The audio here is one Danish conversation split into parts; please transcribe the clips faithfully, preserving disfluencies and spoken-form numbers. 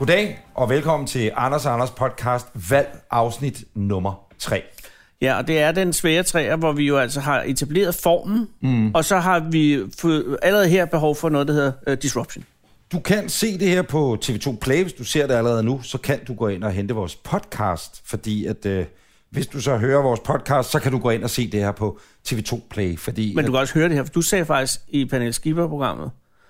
Goddag og velkommen til Anders og Anders podcast, valg afsnit nummer tre. Ja, og det er den svære træer, hvor vi jo altså har etableret formen, mm. og så har vi allerede her behov for noget, der hedder uh, disruption. Du kan se det her på T V to Play. Hvis du ser det allerede nu, så kan du gå ind og hente vores podcast, fordi at øh, hvis du så hører vores podcast, så kan du gå ind og se det her på T V to Play. Fordi, Men du at, kan også høre det her, for du sagde faktisk i Pernille Skipper-programmet,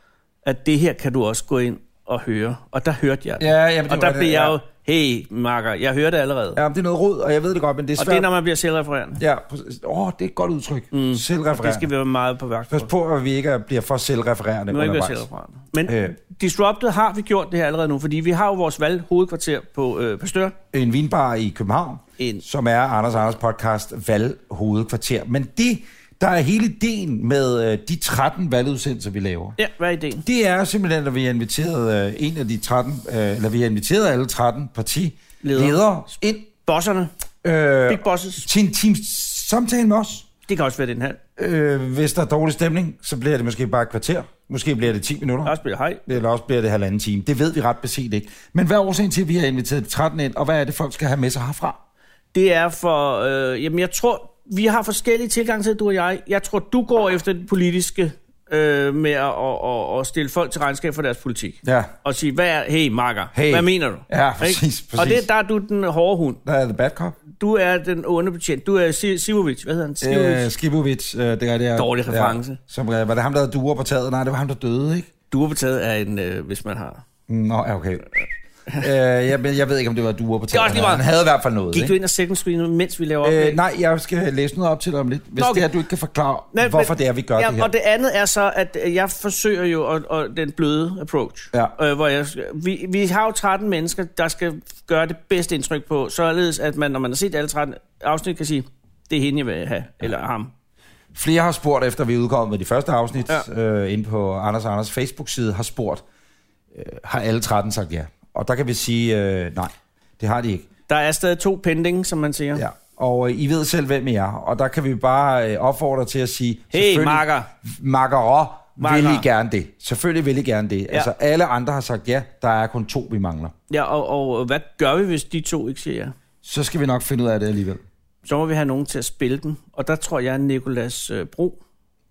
at det her kan du også gå ind og høre, og der hørte jeg det. Ja, jamen, det og der blev jeg ja. jo, hey makker, jeg hører det allerede. Ja, det er noget rod, og jeg ved det godt, men det er svært. Og det er, når man bliver selvrefererende. Ja, åh, det er et godt udtryk. Mm. Selvrefererende. Det skal vi være meget på værk for. Pas på, at vi ikke bliver for selvrefererende Nu er undervejs. ikke selvrefererende. Men øh. disrupted har vi gjort det her allerede nu, fordi vi har jo vores valghovedkvarter på øh, Pasteur. En vinbar i København, en. som er Anders Anders podcast valghovedkvarter. Men det, der er hele ideen med øh, de tretten valgudsendelser, vi laver. Ja, hvad er ideen? Det er simpelthen, at vi har inviteret øh, en af de tretten, øh, eller vi har inviteret alle tretten partiledere ind. Bosserne. Øh, Big bosses. Til en teams samtale med os. Det kan også være den her. Øh, hvis der er dårlig stemning, så bliver det måske bare et kvarter. Måske bliver det ti minutter. Også bliver hej. Eller også bliver det halvanden time. Det ved vi ret beset ikke. Men hvad er årsagen til, at vi har inviteret de tretten ind, og hvad er det, folk skal have med sig herfra? Det er for, øh, jamen jeg tror, vi har forskellige tilgange til, du og jeg. Jeg tror, du går efter det politiske øh, med at og, og stille folk til regnskab for deres politik. Ja. Og sige, hvad er, hey makker, hey. Hvad mener du? Ja, præcis, præcis. Og det, der er du den hårde hund. Der er the bad cop. Du er den onde betjent. Du er Sivovic. Hvad hedder han? Sivovic. Øh, Skibovic. Øh, det er det. Dårlig reference. Ja, som, var det ham, der havde duer på taget? Nej, det var ham, der døde, ikke? Duer på taget er en, øh, hvis man har... Nå, ja, okay. øh, jeg, jeg ved ikke, om det var duer på taget. Han havde i hvert fald noget. Gik ikke? du ind og second screen, mens vi laver op? Øh, nej, jeg skal læse noget op til dig om lidt. Hvis okay. det er, du ikke kan forklare, nej, hvorfor men, det er, vi gør ja, det her. Og det andet er så, at jeg forsøger jo at, at den bløde approach. Ja. Øh, hvor jeg, vi, vi har jo tretten mennesker, der skal gøre det bedste indtryk på, således at man, når man har set alle tretten afsnit, kan sige, det er hende, jeg vil have, eller ham. Flere har spurgt, efter vi er udkommet med de første afsnit, ja. øh, inde på Anders og Anders Facebook-side, har spurgt, øh, har alle tretten sagt ja? Og der kan vi sige, øh, nej, det har de ikke. Der er stadig to pending, som man siger. Ja, og øh, I ved selv, hvem I er. Og der kan vi bare øh, opfordre til at sige, hey, makker. Makker, vil I gerne det. Selvfølgelig vil I gerne det. Ja. Altså, alle andre har sagt ja, der er kun to, vi mangler. Ja, og, og hvad gør vi, hvis de to ikke siger ja? Så skal vi nok finde ud af det alligevel. Så må vi have nogen til at spille den. Og der tror jeg, at Nicolas øh, Bro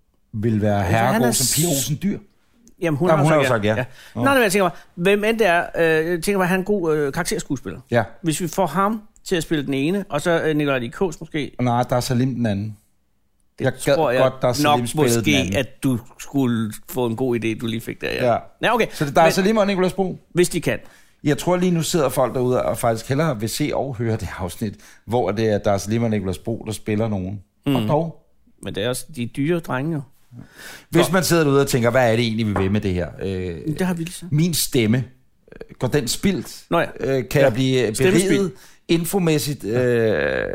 vil være herregård er... som Pia Olsen Dyr. Jamen, hun, Jamen, har, hun sagt, har jo sagt ja. ja. ja. Nå, det jeg tænker mig, hvem end det er, øh, jeg tænker mig, at han er en god øh, karakterskuespiller. Ja. Hvis vi får ham til at spille den ene, og så øh, Nicolai Likos måske. Nej, der er Salim den anden. Det jeg tror jeg godt, der er nok måske, at du skulle få en god idé, du lige fik der. Ja, ja. ja okay. Så der er Men, Salim og Nicolas Bro? Hvis de kan. Jeg tror lige nu sidder folk derude og faktisk hellere vil se og høre det afsnit, hvor det er, der er Salim og Nicolas Bro, der spiller nogen. Mm. Og dog. Men det er også de dyre drenge jo. Hvis så. Man sidder derude og tænker, hvad er det egentlig, vi vil med det her? Øh, det har vi lige så. Min stemme, går den spildt? Nå ja. øh, kan ja. jeg blive beriget infomæssigt øh,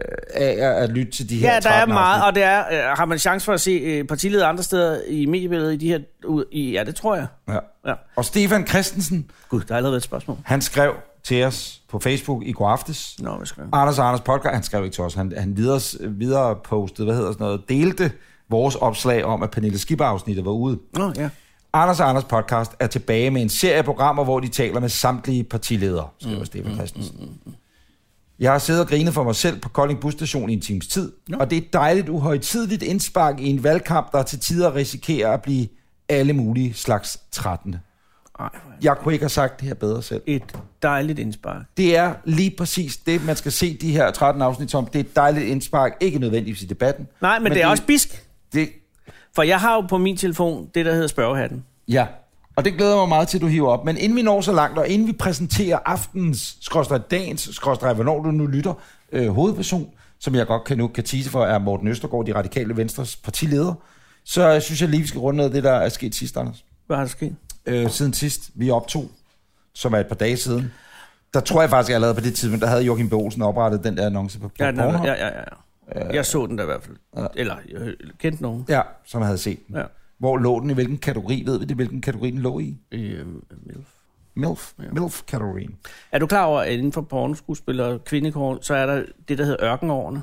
af at lytte til de her ja, der er meget, afsnit? Og det er, øh, har man chance for at se øh, partiledere andre steder i mediebilledet i de her... I, ja, det tror jeg. Ja. Ja. Og Stefan Christensen... Gud, der er allerede et spørgsmål. Han skrev til os på Facebook i går aftes. Nå, hvad skrev Anders og Anders podcast, han skrev ikke til os, han, han videre, videre postede, hvad hedder sådan noget, delte vores opslag om, at Pernille Skipper-afsnittet var ude. Nå, ja. Anders og Anders podcast er tilbage med en serie programmer, hvor de taler med samtlige partiledere, skriver mm, Stefan Christensen. Mm, mm, mm. Jeg har siddet og grinet for mig selv på Kolding Busstation i en times tid, no. og det er et dejligt uhøjtideligt indspark i en valgkamp, der til tider risikerer at blive alle mulige slags trættende. Ej, jeg kunne ikke have sagt det her bedre selv. Et dejligt indspark. Det er lige præcis det, man skal se de her tretten afsnit som. Det er et dejligt indspark, ikke nødvendigvis i debatten. Nej, men, men det er det, også bisk. Det... For jeg har jo på min telefon det, der hedder spørgehatten. Ja, og det glæder mig meget til, at du hiver op. Men inden vi når så langt, og inden vi præsenterer aftens, skråstrej dagens, skråstrej, hvornår du nu lytter, øh, hovedperson, som jeg godt kan nu kan tease for, er Morten Østergaard, de radikale Venstres partileder, så synes jeg lige, vi skal runde noget af det, der er sket sidst, Anders. Hvad har der sket? Øh, siden sidst, vi optog, som er et par dage siden, der tror jeg faktisk, allerede på det tidspunkt, der havde Joachim B. Olsen oprettet den der annonce på ja, Pornhub. Ja, ja, ja. Jeg så den der i hvert fald. Ja. Eller jeg kendte nogen. Ja, som jeg havde set den. Ja. Hvor lå den i hvilken kategori? Ved vi det, hvilken kategori den lå i? I uh, MILF. MILF. Ja. MILF-kategorien. Er du klar over, at inden for pornoskuespillere og kvindekår, så er der det, der hedder ørkenårene?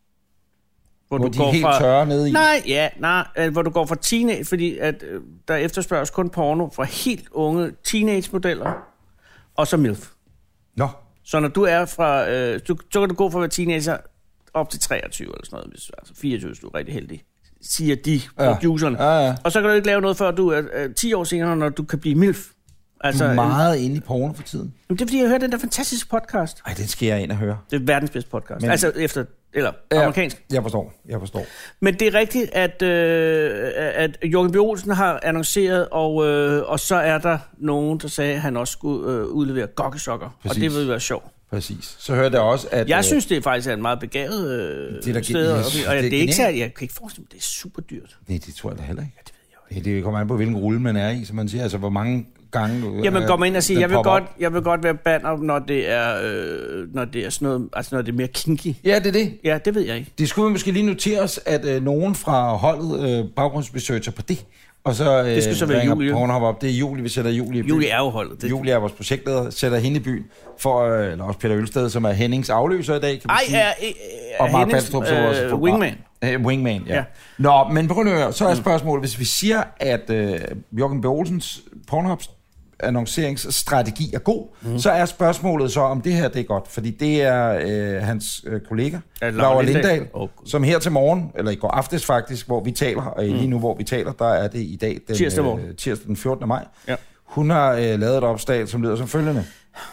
Hvor, hvor du de går er helt fra, tørre nede i? Nej, ja, nej, hvor du går fra teenage, fordi at, øh, der efterspørges kun porno fra helt unge teenage-modeller, og så MILF. Nå. Så når du er fra... Øh, du, så kan du gå fra at være teenager op til treogtyve eller sådan noget, hvis, altså fireogtyve, hvis du er rigtig heldig, siger de ja. producerne. Ja, ja. Og så kan du ikke lave noget, før du er øh, ti år senere, når du kan blive MILF. Altså, du er meget inde i porno for tiden. Jamen, det er, fordi jeg hører den der fantastiske podcast. Ej, den skal jeg ind og høre. Det er verdens bedste podcast. Men, altså efter... Eller ja, amerikansk. Jeg forstår, jeg forstår. Men det er rigtigt, at, øh, at Joachim B. Olsen har annonceret, og, øh, og så er der nogen, der sagde, at han også skulle øh, udlevere gokkesokker. Præcis. Og det vil være sjovt. Præcis. Så hørte jeg også, at... Jeg øh, synes, det er faktisk en meget begavet øh, det, der sted. Og, og det, det er ikke særligt, jeg kan ikke forestille mig, det er super dyrt. Nej, det tror jeg da heller ikke. Ja, det ved jeg jo. Det kommer an på, hvilken rulle man er i, som man siger. Altså, hvor mange gange... Jamen, går man ind og siger, jeg vil, godt, jeg vil godt være banner, når det er, øh, når det er sådan noget, altså når det er mere kinky. Ja, det er det. Ja, det ved jeg ikke. Det skulle vi måske lige notere os, at øh, nogen fra holdet øh, baggrundsresearcher på det, og så, øh, det skal så være Julie. Op. Det er Julie, vi sætter Julie i byen. Julie er jo holdet. Det. Julie er vores projektleder, sætter hende i byen, for, øh, eller også Peter Ølsted, som er Hennings afløser i dag, kan man Ej, sige. er, er, er og Mark Balstrup, som øh, også wingman. Uh, wingman, ja. ja. Nå, men på grund af så er spørgsmålet, hvis vi siger, at øh, Joachim B. Olsens Pornhubs annonceringsstrategi er god, mm. så er spørgsmålet så, om det her det er godt. Fordi det er øh, hans øh, kollega, ja, Laura Lindahl, oh, som her til morgen, eller i går aftes faktisk, hvor vi taler, og lige nu hvor vi taler, der er det i dag den, tirsdag, øh, tirsdag den fjortende maj. Ja. Hun har øh, lavet et opslag, som lyder som følgende.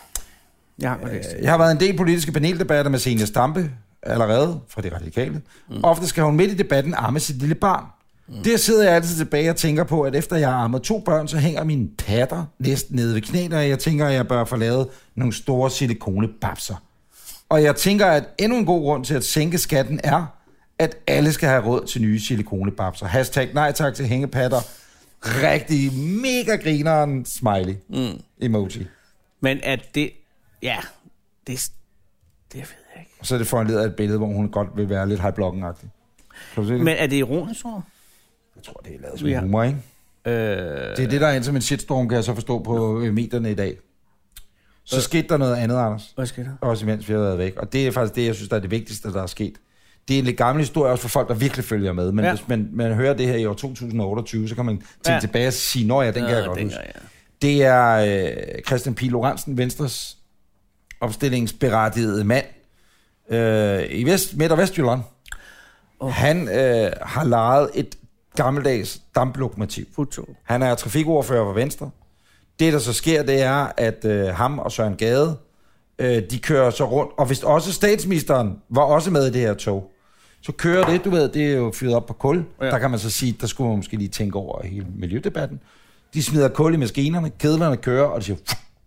Ja, øh, jeg har været en del politiske paneldebatter med Zenia Stampe allerede fra De Radikale. Mm. Ofte skal hun midt i debatten amme sit lille barn. Mm. Der sidder jeg altid tilbage og tænker på, at efter jeg har armet to børn, så hænger mine patter næsten nede ved knæene, og jeg tænker, at jeg bør få lavet nogle store silikonebabser. Og jeg tænker, at endnu en god grund til at sænke skatten er, at alle skal have råd til nye silikonebabser. Hashtag nej tak til hængepatter. Rigtig mega grineren smiley mm. emoji. Men at det... Ja, det... Det ved jeg ikke. Og så er det foranledet af et billede, hvor hun godt vil være lidt high-blokken-agtig. Men er det ironisk ord? Jeg tror, det er lavet som ja. humor, ikke? Øh... Det er det, der er som en shitstorm, kan jeg så forstå på medierne i dag. Så øh... skete der noget andet, Anders. Hvad skete der? Også imens vi har været væk. Og det er faktisk det, jeg synes, der er det vigtigste, der er sket. Det er en lidt gammel historie også for folk, der virkelig følger med. Men ja. hvis man, man hører det her i år to tusind og otteogtyve, så kan man tænke ja. tilbage og sige, nå ja, den kan ja, jeg godt huske. Ja. Det er øh, Christian Pihl Lorentzen, Venstres opstillingsberettigede mand øh, i Vest, Midt- og Vestjylland. Oh. Han øh, har lejet et gammeldags damplokomotiv. Futo. Han er trafikordfører for Venstre. Det, der så sker, det er, at øh, ham og Søren Gade, øh, de kører så rundt. Og hvis også statsministeren var også med i det her tog, så kører det, du ved, det er jo fyret op på kul. Ja. Der kan man så sige, der skulle man måske lige tænke over hele miljødebatten. De smider kul i maskinerne, kedlerne kører, og de siger...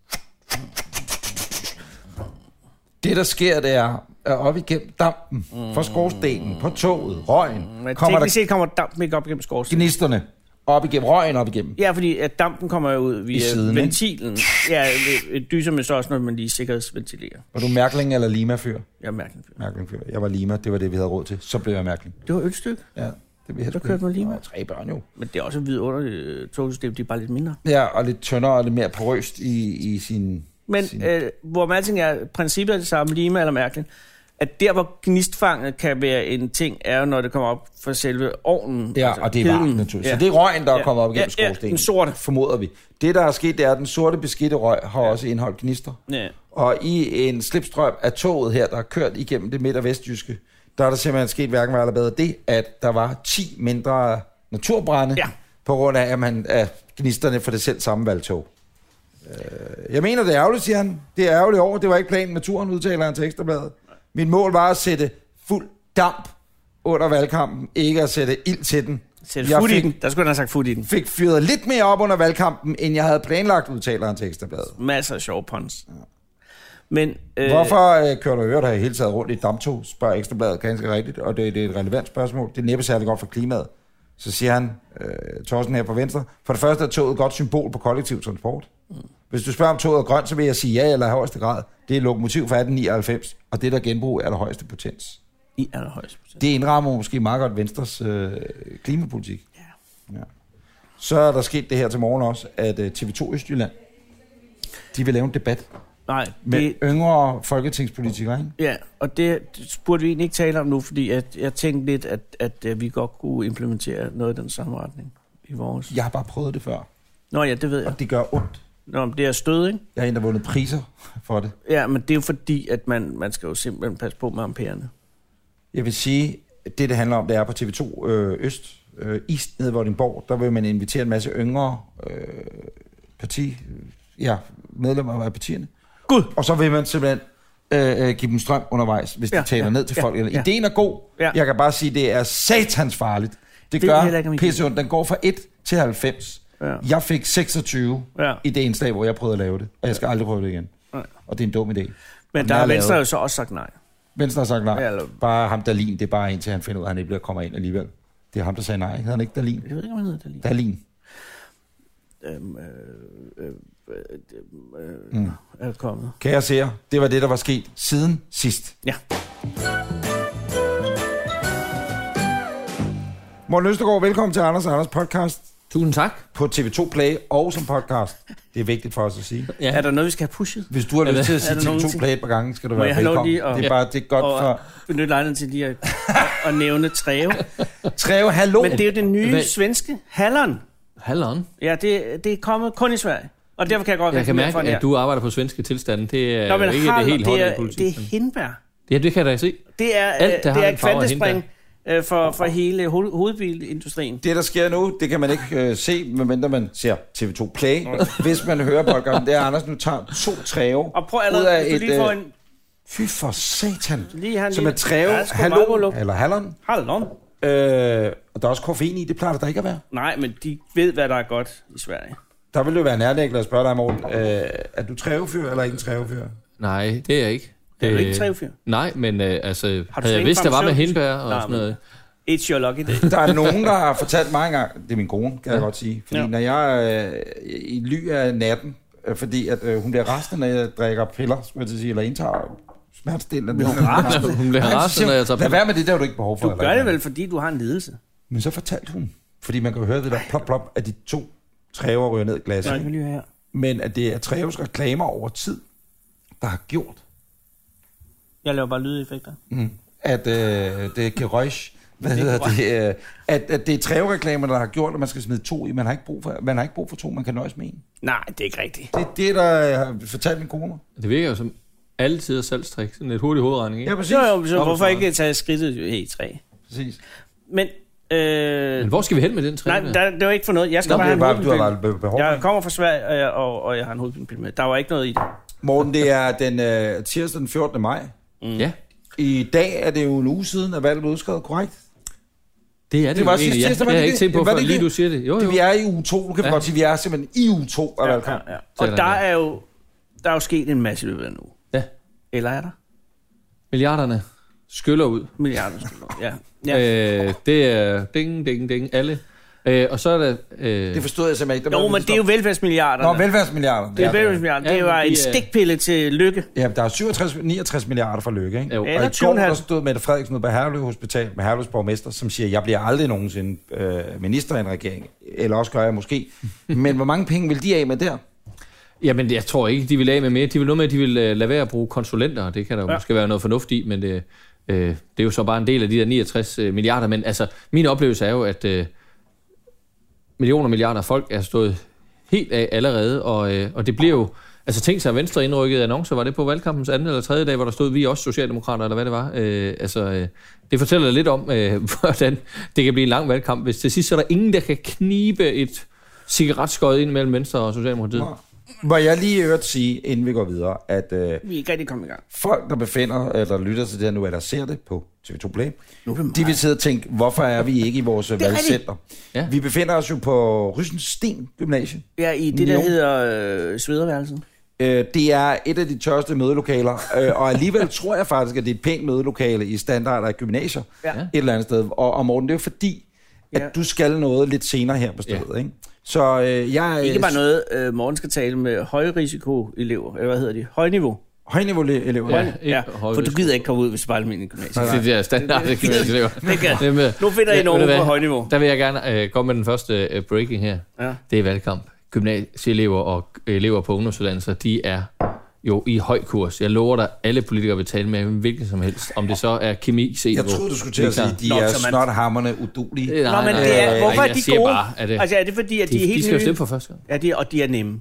Det, der sker, det er, at op igennem dampen, mm. fra skorstenen, på toget, røgen... Men kommer teknisk set kommer dampen ikke op igennem skorstenen. Gnisterne. Op igennem, røgen op igennem. Ja, fordi at dampen kommer jo ud via siden, ventilen. Ja, et dyser med så også noget, man lige sikkerhedsventilerer. Var du Mærkling eller Lima-fyr? Jeg er Mærkling-fyr. Mærkling-fyr. Jeg var Lima, det var det, vi havde råd til. Så blev jeg Mærkling. Det var et stykke? Ja. Det vi så kørte man Lima? Tre børn jo. Men det er også et vidunderligt togsystem, de er bare lidt mindre. Ja, og lidt tyndere og lidt mere porøst i, i sin... Men sin... Øh, hvor man alting er, princippet er det samme, Lima eller Mærkling, at der, hvor gnistfanget kan være en ting, er jo, når det kommer op fra selve ovnen. Ja, altså, og det er varmt naturligt. Ja. Så det er røgen, der er kommet op igennem ja, skorstenen. Ja, den sorte. Formoder vi. Det, der er sket, det er, at den sorte beskidte røg har ja. også indholdt gnister. Ja. Og i en slipstrøm af toget her, der har kørt igennem det midt- og vestjyske, der er der simpelthen sket hverken eller bedre det, at der var ti mindre naturbrænde, ja. på grund af, at man er gnisterne for det selv samme valgtog. Jeg mener, det er ærgerligt, siger han. Det er ærgerligt over. Det var ikke planen med turen, udtaler han til Ekstrabladet. Mit mål var at sætte fuld damp under valgkampen, ikke at sætte ild til den. Sætte fod i den. Der skulle han have sagt fod i den. Fik fyret lidt mere op under valgkampen, end jeg havde planlagt, udtaler han til Ekstrabladet. Masser af sjove puns. Ja. Men, øh... Hvorfor øh, kører du øvrigt her hele taget rundt i et damptog, spørger Ekstrabladet ganske rigtigt, og det, det er et relevant spørgsmål. Det er næppe særlig godt for klimaet. Så siger han, øh, Thorsten her på Venstre, for det første er toget et godt symbol på kollektiv transport. Mm. Hvis du spørger om toget er grønt, så vil jeg sige ja eller i højeste grad. Det er et lokomotiv fra atten nioghalvfems, og det der genbrug er der højeste potens. I allerhøjeste potens. Det indrammer måske meget godt Venstres øh, klimapolitik. Ja. Ja. Så er der sket det her til morgen også, at øh, T V to Østjylland, de vil lave en debat. Nej, med det... yngre folketingspolitikere, ikke? Ja, og det burde vi egentlig ikke tale om nu, fordi at jeg tænkte lidt, at, at, at vi godt kunne implementere noget af den samme retning i vores... Jeg har bare prøvet det før. Nå ja, det ved jeg. Og det gør ondt. Nå, det er stød, ikke? Jeg har endda vundet priser for det. Ja, men det er jo fordi, at man, man skal jo simpelthen passe på med ampererne. Jeg vil sige, at det, det handler om, det er på T V to øh, Øst, øh, East nede i Vordingborg. Der vil man invitere en masse yngre øh, parti, ja, medlemmer af partierne. Gud! Og så vil man simpelthen øh, give dem strøm undervejs, hvis de ja, taler ja, ned til ja, folk. Ja. Ideen er god. Ja. Jeg kan bare sige, at det er satans farligt. Det, det gør pisse ondt. Den går fra et til halvfems. Ja. Jeg fik seksogtyve ja. i det indslag, hvor jeg prøvede at lave det. Og jeg skal aldrig prøve det igen. Nej. Og det er en dum idé. Men der har Venstre jo så også sagt nej. Venstre har sagt nej. Ja, eller... Bare ham Dahlin, det er bare indtil han finder ud af, at han ikke bliver kommer ind alligevel. Det er ham, der sagde nej. Hedder han ikke Dahlin? Jeg ved ikke, om han hedder Dahlin. Dahlin. Øhm, øh, øh, øh, øh, mm. er kommet. Kære seere, det var det, der var sket siden sidst. Ja. Morten Østergaard, velkommen til Anders og Anders podcast. Tusind tak. På T V to Play og som podcast. Det er vigtigt for os at sige. Ja. Er der noget, vi skal have pushet? Hvis du har lyst til at sige T V to Play et par gange, skal du være velkommen. Og, det er bare det er godt og, for... Og benytte lejligheden til lige at, at nævne Treve. Treve, hallo! Men det er jo den nye Hvad? svenske Hallon. Hallon? Ja, det, det er kommet kun i Sverige. Og derfor kan jeg godt Jeg kan mærke, at du arbejder på svenske tilstande. Det er Nå, jo ikke Hallon, det helt hårde politik. Det er hindbær. Ja, det kan jeg da se. Det er, Alt, det, det er et kvantespring for, for hele hoved, hovedbilindustrien. Det, der sker nu, det kan man ikke uh, se, medmindre man ser T V to Play. Hvis man hører podcasten, det er, Anders nu tager to Træve og prøv allerede, ud af et... Lige uh, en... Fy for satan. Lige som er Træve, ja, hallo, eller Hallon. Hallon. Øh, og der er også koffein i, det plejer der ikke at være. Nej, men de ved, hvad der er godt i Sverige. Der vil jo være nærlæggende at spørge dig, Morten. Øh, er du trævefyr eller ikke en trævefyr? Nej, det er jeg ikke. Er du ikke trævefyr? Nej, men øh, altså, havde jeg vidst, der var med hindbær og Nej, sådan noget. It's your lucky day. Der er nogen, der har fortalt mig engang, det er min kone, kan ja. jeg godt sige. Fordi ja. når jeg øh, i ly af natten, øh, fordi at øh, hun bliver rasende, når jeg drikker piller, skulle jeg sige, eller indtager smertestillende. Hun, hun bliver rasende, når jeg tager piller. Lad være med det, der har du ikke behov for. Du gør det vel, fordi du har en lidelse. Men så fortalte hun, fordi man kan jo høre det der plop plop, at de to træver ryger ned i glasset. Ja, men at det er Træves reklamer over tid, der har gjort. Jeg laver bare lydeffekter. Mm. At øh, det er Gerøjs, hvad det hedder det? Øh, at, at det er Træve-reklamer, der har gjort, at man skal smide to i. Man har ikke brug for, man har ikke brug for to, man kan nøjes med en. Nej, det er ikke rigtigt. Det er det, der har fortalt min kone. Det virker jo som altid af salgstrik. Sådan et hurtigt hovedregning, ikke? Ja, præcis. Jo, jo, så hvorfor ikke tage skridtet helt træ? Præcis. Men... Øh, Men hvor skal vi hen med den træ? Nej, der, det var ikke for noget. Jeg skal Nå, bare have en bare, hovedpine. Jeg kommer fra Sverige, og jeg, og, og jeg har en hovedpine med. Der var ikke noget i det. Morten, det er den øh, tirsdag den fjortende maj. Mm. Ja. I dag er det jo en uge siden, at valget blev udskrevet, korrekt? Det er det, det var sidste ja. tirsdag, det har jeg ikke tænkt på, før lige du siger det. Jo, jo. Det, vi er i uge to, nu kan vi ja. godt sige, vi er simpelthen i uge to af ja, valgkamp. Ja, ja. Og der er, jo, der er jo sket en masse løbet af nu. Ja. Eller er der? Milliarderne skyller ud. Milliarderne skyller ud, ja. ja. Øh, det er ding, ding, ding, alle. Øh, og så er der... Øh... Det forstod jeg simpelthen ikke. Jo, men det er jo velfærdsmilliarderne. Nå, velfærdsmilliarderne. Det er velfærdsmilliarderne. Det var en stikpille til Lykke. Ja, der er syvogtres niogtres milliarder for Lykke, ikke? Jo. Og i går der stod Mette Frederiksen ude på Herlev Hospital med Herlevs borgmester, som siger, jeg bliver aldrig nogensinde øh, minister i en regering. Eller også gør jeg måske. Men hvor mange penge vil de af med der? Jamen, jeg tror ikke, de vil af med mere. De vil noget med, at de vil uh, lade være at bruge konsulenter. Det kan der jo ja. måske være noget fornuft i, men det, øh, det er jo så bare en del af de der niogtres øh, milliarder. Men altså, min oplevelse er jo, at øh, millioner og milliarder af folk er stået helt af allerede, og, øh, og det bliver jo... Altså, tænk sig, at Venstre indrykkede annoncer. Var det på valgkampens anden eller tredje dag, hvor der stod, vi også socialdemokrater, eller hvad det var? Øh, altså, øh, det fortæller lidt om, øh, hvordan det kan blive en lang valgkamp, hvis til sidst så er der ingen, der kan knibe et cigaretskod ind mellem Venstre og Socialdemokratiet. Må jeg lige øvrigt sige, inden vi går videre, at øh, vi er ikke rigtig kommet i gang. Folk, der befinder, eller lytter til det her nu, eller ser det på T V to Play, de vil sidde og tænke, hvorfor er vi ikke i vores valgcenter? Ja. Vi befinder os jo på Rysensten Gymnasie. Ja, i det, der hedder øh, Svederværelsen. Øh, det er et af de tørste mødelokaler, øh, og alligevel tror jeg faktisk, at det er et pænt mødelokale i standard af gymnasier, ja. et eller andet sted. Og, og Morten, det er jo fordi, at ja. du skal noget lidt senere her på stedet, ja. ikke? Så øh, jeg... Ikke bare noget, øh, Morten skal tale med højrisiko-elever, eller hvad hedder de? Højniveau. Højniveau-elever, ja. ja. For du gider ikke komme ud, hvis du bare er almindelig gymnasiet. Det er standard gymnasielever. Nu finder I nogen på højniveau. Der vil jeg gerne øh, komme med den første øh, breaking her. Ja. Det er valgkamp. Gymnasieelever og elever på ungdomsuddannelser, de er jo i høj kurs. Jeg lover dig, alle politikere vil tale med hvilken som helst. Om det så er kemi, C. Jeg troede, du skulle til at sige, at de Nå, er snothammerne udulige. Nej, Nå, men det er, hvorfor er de gode? Bare, er det, altså er det fordi, at de, de er helt De skal jo stemme for første gang. Ja, de, og de er nemme.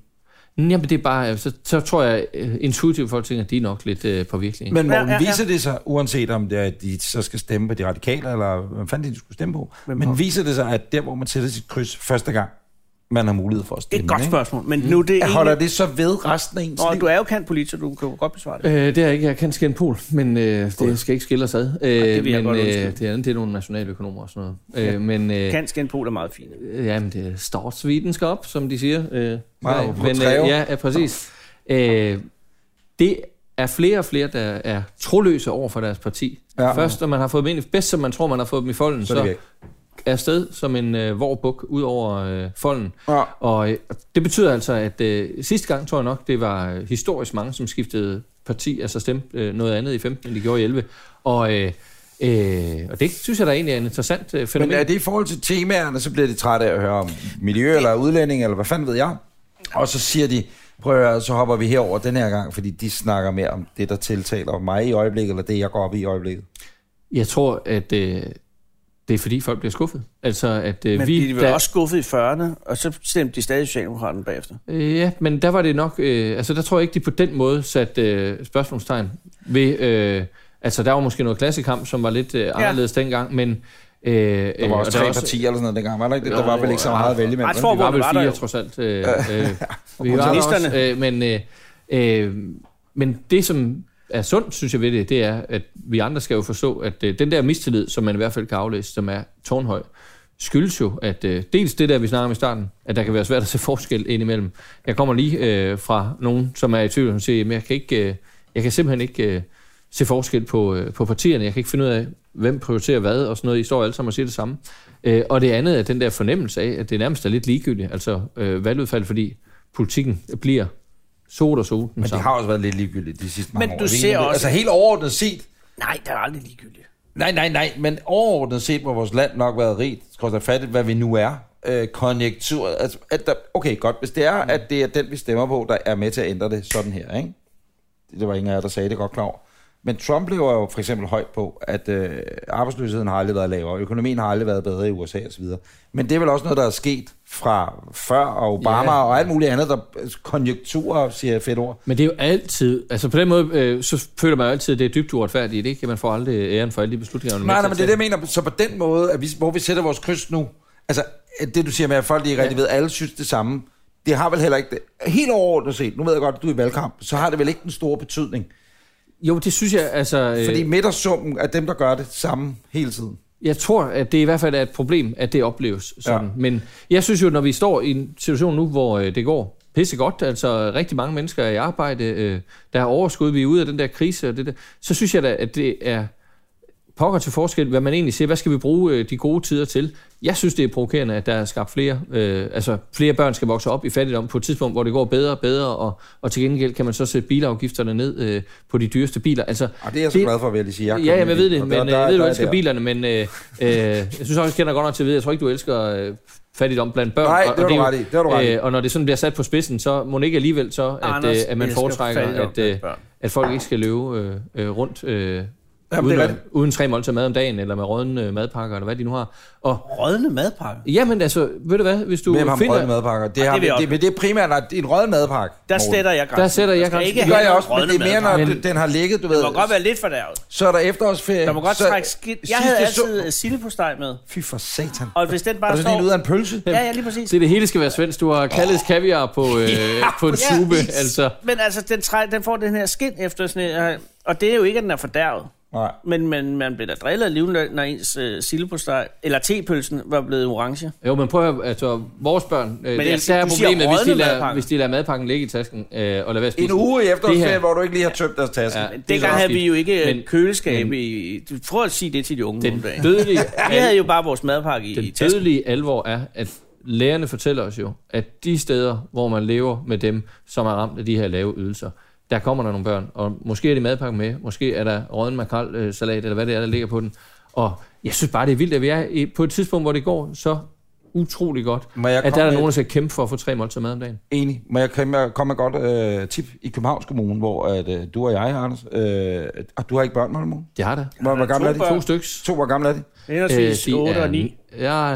Jamen, det er bare, så, så tror jeg intuitivt, folk tænker, at de er nok lidt øh, på virkeligheden. Men Morten, ja, ja, ja. viser det sig, uanset om det er, at de så skal stemme på de radikale, eller hvad fanden de skulle stemme på, men, men viser det sig, at der, hvor man sætter sit kryds første gang, man har mulighed for at stemme. Det er et godt spørgsmål, men nu det er holder det så ved resten af ens liv? liv? Du er jo kendt politiker, du kan jo godt besvare det. Øh, det er ikke, jeg kan skænde Pol, men øh, det skal ikke skille os ad. Øh, ja, det vil jeg men, godt øh, det, er, det er nogle nationaløkonomer og sådan noget. Ja. Øh, men, øh, kan skænde Pol er meget fint. Øh, jamen, det er statsvidenskab, som de siger. Øh, wow, men, øh, ja, ja, præcis. Øh, det er flere og flere, der er troløse over for deres parti. Ja. Først, når man har fået dem ind, bedst som man tror, man har fået dem i folden, så, så er sted som en øh, vorbuk ud over øh, folden. Ja. Og øh, det betyder altså, at øh, sidste gang, tror jeg nok, det var historisk mange, som skiftede parti, altså stemte øh, noget andet i femten, end de gjorde i elleve. Og, øh, øh, og det synes jeg da egentlig er en interessant øh, fænomen. Men er det i forhold til temaerne, så bliver de trætte af at høre om miljø eller udlænding, eller hvad fanden ved jeg? Og så siger de, prøv at høre, så hopper vi herover den her gang, fordi de snakker mere om det, der tiltaler mig i øjeblikket, eller det, jeg går op i i øjeblikket. Jeg tror, at øh, det er fordi, folk bliver skuffet. Altså, at, øh, men vi, de var der... også skuffet i fyrrerne, og så stemte de stadig Socialdemokraterne bagefter. Øh, ja, men der var det nok... Øh, altså, der tror jeg ikke, de på den måde satte øh, spørgsmålstegn ved... Øh, altså, der var måske noget klassekamp, som var lidt øh, anderledes ja. dengang, men... Øh, der var også tre også, partier eller sådan noget dengang, var der ikke det? Der var vel ikke så meget at vælge med. Vi var vel fire, trods alt. Øh, øh, vi var også, øh, men, øh, øh, men det, som er sundt, synes jeg ved det, det er, at vi andre skal jo forstå, at øh, den der mistillid, som man i hvert fald kan aflæse, som er tårnhøj, skyldes jo, at øh, dels det der, vi snakker om i starten, at der kan være svært at se forskel indimellem. Jeg kommer lige øh, fra nogen, som er i tvivl, som siger, men jeg kan, ikke, øh, jeg kan simpelthen ikke øh, se forskel på, øh, på partierne. Jeg kan ikke finde ud af, hvem prioriterer hvad, og sådan noget. I står alle sammen og siger det samme. Øh, og det andet er den der fornemmelse af, at det nærmest er lidt ligegyldigt, altså øh, valgudfald, fordi politikken bliver sot og sot. Men det har også været lidt ligegyldigt de sidste mange men år. Du ser også... Altså helt overordnet set... Nej, det er aldrig ligegyldigt. Nej, nej, nej, men overordnet set, hvor vores land nok været rigt, skal jeg fattigt, hvad vi nu er, øh, konjunktur, altså, at der, okay, godt, hvis det er, at det er den, vi stemmer på, der er med til at ændre det sådan her, ikke? Det var ingen af jer, der sagde det godt klar over. Men Trump lever jo for eksempel højt på, at øh, arbejdsløsheden har aldrig været lavere, økonomien har aldrig været bedre i U S A osv. Men det er vel også noget, der er sket fra før, og Obama ja. og alt muligt andet, der konjunkturer, siger fedt ord. Men det er jo altid, altså på den måde, øh, så føler man jo altid, at det er dybt uretfærdigt, ikke? Man får aldrig æren for alle de beslutninger. Nej, nej, men det er det, jeg mener. Så på den måde, at vi, hvor vi sætter vores kryds nu, altså det du siger med, at folk ikke rigtig ja. ved, alle synes det samme, det har vel heller ikke det. Helt overordnet set, nu ved jeg godt, at du er i valgkamp, så har det vel ikke den store betydning. Jo, det synes jeg, altså... Fordi midtersummen er dem, der gør det samme hele tiden. Jeg tror, at det i hvert fald er et problem, at det opleves sådan. Ja. Men jeg synes jo, når vi står i en situation nu, hvor øh, det går pissegodt, altså rigtig mange mennesker er i arbejde, øh, der er overskud, vi er ude af den der krise og det der, så synes jeg da, at det er pokker til forskel, hvad man egentlig siger, hvad skal vi bruge øh, de gode tider til? Jeg synes, det er provokerende, at der er skabt flere, øh, altså flere børn skal vokse op i fattigdom på et tidspunkt, hvor det går bedre og bedre, og, og til gengæld kan man så sætte bilafgifterne ned øh, på de dyreste biler. Altså, og det er jeg så det, glad for, vil jeg sige. Jeg ja, jeg ved det, men der, der, jeg ved, du elsker bilerne, men øh, øh, jeg synes også, jeg kender godt nok til at vide, jeg tror ikke, du elsker øh, fattigdom blandt børn. Nej, det var du ret i. Det var du ret i. Øh, og når det sådan bliver sat på spidsen, så må det ikke alligevel så, at, Anders, øh, at man foretrækker, at, øh, at folk ikke skal løbe øh, øh, rundt... Øh, Jamen, uden, uden tre måltider mad om dagen, eller med rådne madpakker, eller hvad de nu har. Og rådne madpakker? Jamen altså, ved du hvad, hvis du Hvem har finder... rådne madpakker? Det, har, det, det, det, det er primært en rådne madpakke. Der sætter jeg grænsen. Der sætter jeg grænsen. Det gør jeg også, men det er mere, når men, den har ligget, du ved... Det må godt være lidt fordærvet. Så er der efterårsferie. Der må godt så, trække skidt. Jeg havde altid sildepostej med. Fy for satan. Og hvis den bare står... Er det ud af en pølse? Ja, ja, lige præcis. Det, det hele skal være svensk. Du har kaldet kaviar på, øh, på en tube, altså. Men altså, den, træ, den får den her skind efter sådan... Og det er jo ikke, at den er fordærvet. Nej. Men man, man blev da drillet alligevel, når ens øh, sildepostej, eller tepølsen, var blevet orange. Jo, men prøv at høre, altså, vores børn, øh, det, det er problemet, hvis de, lader, hvis de lader madpakken ligge i tasken, øh, og lader være spise. En uge i efterårsferien, hvor du ikke lige har tømt deres taske. Ja, dengang havde vi jo ikke men, køleskab men, i... Prøv at sige det til de unge den dage. Dødelige, vi havde jo bare vores madpakke i, den i tasken. Den dødelige alvor er, at lærerne fortæller os jo, at de steder, hvor man lever med dem, som er ramt af de her lave ydelser, der kommer der nogle børn, og måske er det madpakke med, måske er der rådden makrelsalat, eller hvad det er, der ligger på den. Og jeg synes bare, det er vildt, at vi er på et tidspunkt, hvor det går så utrolig godt, at der er der nogen, der skal kæmpe for at få tre måltider mad om dagen. Enig. Må jeg komme med godt øh, tip i Københavns Kommune, hvor at, øh, du og jeg, Anders, øh, og du har ikke børn, Morten? Det har der. Hvor, hvor gamle er de? To stykker. To, hvor gamle er de? Henholdsvis otte og ni. Ja,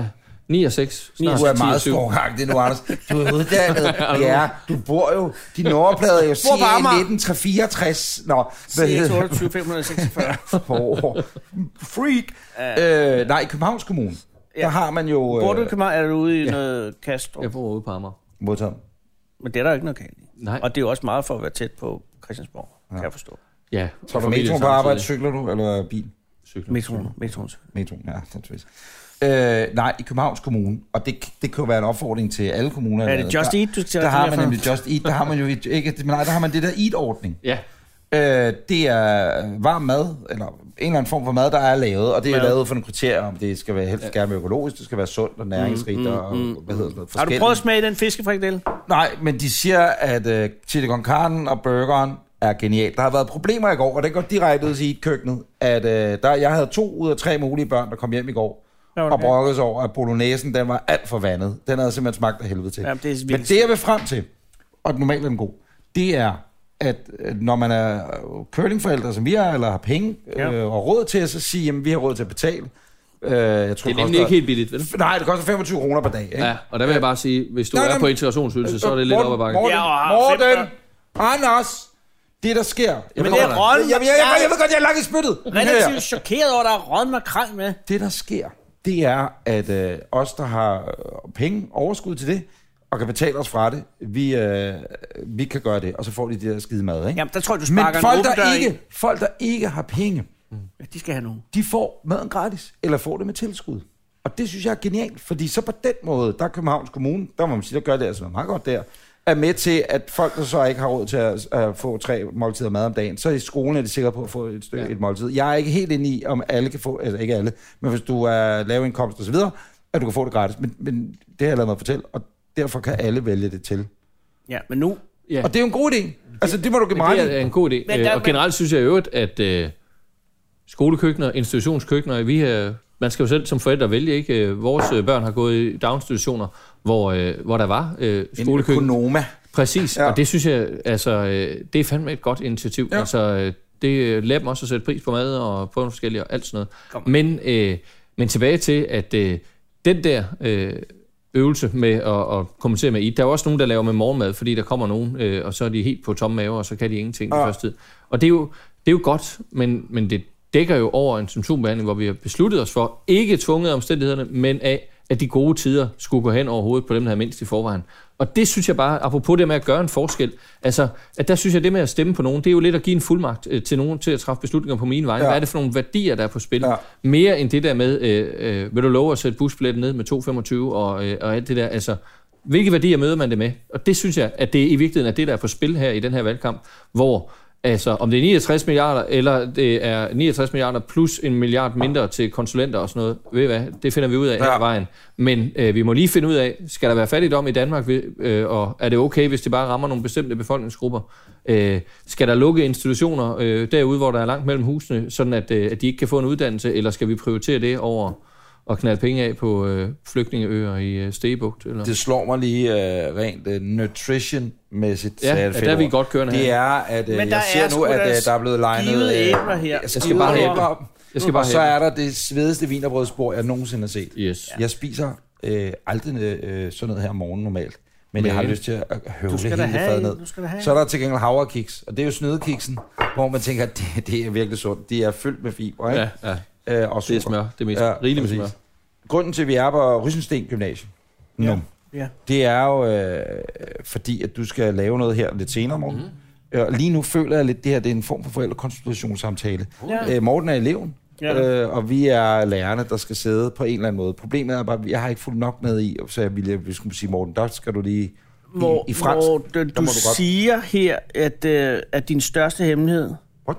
ni og seks. Du er meget skovagtig nu, Anders. Du er uddannet. Ja, du bor jo... Din nummerplade er jo C A nitten tre fireogtres. Nå, C A otteogtyve fem hundrede seksogfyrre. oh, freak. Uh. Øh, nej, i Københavns Kommune, ja. Der har man jo... Bor du i København? Er du ude i ja. noget Kastrup? Jeg bor ude på Amager. Modtaget. Men det er der ikke noget galt i. Nej. Og det er jo også meget for at være tæt på Christiansborg, ja. Kan jeg forstå. Ja. Så du metroen på arbejde, cykler du, eller bil? Cykler. Metroen. Metroen. Metroen, ja, naturligvis. Øh, nej, i Københavns Kommune, og det, det kan jo være en opfordring til alle kommuner. Er det Just der, Eat, du skal Der har man nemlig Just Eat, der har man jo ikke, nej, der har man det der Eat-ordning. Ja. Øh, det er varm mad, eller en eller anden form for mad, der er lavet, og det er mad. Lavet for nogle kriterier, om det skal være helst gerne økologisk, det skal være sundt og næringsrigt, mm, og mm, hvad hedder det, har du prøvet at smage den fiskefrikadelle? Nej, men de siger, at uh, chili con carne og burgeren er genialt. Der har været problemer i går, og det går direkte ud i Eat-køkkenet, at uh, der, jeg havde to ud af tre mulige børn, der kom hjem i går, okay. Og brokkede sig over, at bolognesen, den var alt for vandet. Den havde simpelthen smagt af helvede til. Jamen, det er men det, jeg vil frem til, og normalt er den god, det er, at når man er curlingforældre, som vi er, eller har penge ja. øh, og råd til, så sige, jamen, vi har råd til at betale. Øh, jeg tror, det er nemlig ikke helt billigt, vel? Nej, det koster femogtyve kroner per dag. Ikke? Ja, og der vil jeg bare sige, hvis du nej, er nej, på integrationsydelse, så er det lidt op ad bakken. Morten, Morten, Anders, det der sker. Jeg men det er rådden. Jeg, jeg, jeg, jeg ved godt, jeg er langt i spyttet. Relativt chokeret over, at der er rådden makrel med. Det der sker, det er, at øh, os, der har penge, overskud til det, og kan betale os fra det, vi, øh, vi kan gøre det, og så får de det der skide mad, ikke? Jamen, der tror jeg, du sparker Men folk, en der ikke, ikke, folk, der ikke har penge, mm. ja, de skal have nogen. De får maden gratis, eller får det med tilskud. Og det synes jeg er genialt, fordi så på den måde, der er Københavns Kommune, der må man sige, der gør det altså meget godt der, er med til, at folk, der så ikke har råd til at, at få tre måltider mad om dagen, så i skolen er de sikre på at få et, stykke, ja. et måltid. Jeg er ikke helt inde i, om alle kan få, altså ikke alle, men hvis du er lave indkomst og så videre, at du kan få det gratis. Men, men det har jeg lavet mig fortælle, og derfor kan alle vælge det til. Ja, men nu... Ja. Og det er jo en god idé. Altså, det må du give mig. Det er en god idé. Men der, og generelt synes jeg jo, at øh, skolekøkkener, institutionskøkkener, vi har... Man skal jo selv som forældre vælge, ikke? Vores børn har gået i daginstitutioner, hvor, øh, hvor der var øh, skolekøkken. En økonoma. Præcis, ja. Og det synes jeg, altså, øh, det er fandme et godt initiativ. Ja. Altså, øh, det lærer dem også at sætte pris på mad og prøve nogle forskellige og alt sådan noget. Men, øh, men tilbage til, at øh, den der øh, øvelse med at, at kommentere med Eat, der er også nogen, der laver med morgenmad, fordi der kommer nogen, øh, og så er de helt på tomme mave, og så kan de ingenting ja. i første tid. Og det er jo, det er jo godt, men, men det dækker jo over en symptombehandling, hvor vi har besluttet os for, ikke tvunget omstændighederne, men af, at de gode tider skulle gå hen over hovedet på dem, der har mindst i forvejen. Og det synes jeg bare, apropos det med at gøre en forskel, altså, at der synes jeg, det med at stemme på nogen, det er jo lidt at give en fuldmagt øh, til nogen til at træffe beslutninger på mine vegne. Ja. Hvad er det for nogle værdier, der er på spil? Ja. Mere end det der med, øh, øh, vil du love at sætte busbilletten ned med to femogtyve og, øh, og alt det der, altså, hvilke værdier møder man det med? Og det synes jeg, at det i virkeligheden er det, der er på spil her i den her valgkamp, hvor altså, om det er niogtres milliarder, eller det er niogtres milliarder plus en milliard mindre til konsulenter og sådan noget, ved I hvad, det finder vi ud af ja. her vejen. Men øh, vi må lige finde ud af, skal der være fattigdom i Danmark, øh, og er det okay, hvis det bare rammer nogle bestemte befolkningsgrupper? Øh, skal der lukke institutioner øh, derude, hvor der er langt mellem husene, sådan at, øh, at de ikke kan få en uddannelse, eller skal vi prioritere det over og knalde penge af på øh, flygtningeøer i øh, Stegebugt? Eller? Det slår mig lige øh, rent øh, nutrition-mæssigt. Ja, ja, der er vi godt kørende her. Det er, at øh, jeg ser nu, at øh, der er blevet legnet øh, æbler her. Jeg skal bare have æbler op. Jeg skal bare og så er der det svedeste vinerbrødsspor, jeg nogensinde har set. Yes. Jeg spiser øh, aldrig øh, sådan noget her om morgenen normalt. Men, men jeg har lyst til at høvle hele det fad ned. Så er der til gengæld havrekiks, og det er jo snydekiksen, hvor man tænker, at det, det er virkelig sundt. De er fyldt med fiber, ikke? Ja, ja. Øh, og det er smør. Det er mest ja, rigeligt med smør. Grunden til, at vi er på Rysensten Gymnasium, ja. Ja. det er jo øh, fordi, at du skal lave noget her lidt senere, Morten. Mm-hmm. Øh, lige nu føler jeg lidt, det her det er en form for forældrekonsultationssamtale. Ja. Øh, Morten er eleven, ja. øh, og vi er lærerne, der skal sidde på en eller anden måde. Problemet er bare, at jeg har ikke fulgt nok med i, så jeg ville, hvis skulle sige, Morten, der skal du lige hvor, i, i fransk. Hvor du, du, du siger her, at, øh, at din største hemmelighed What?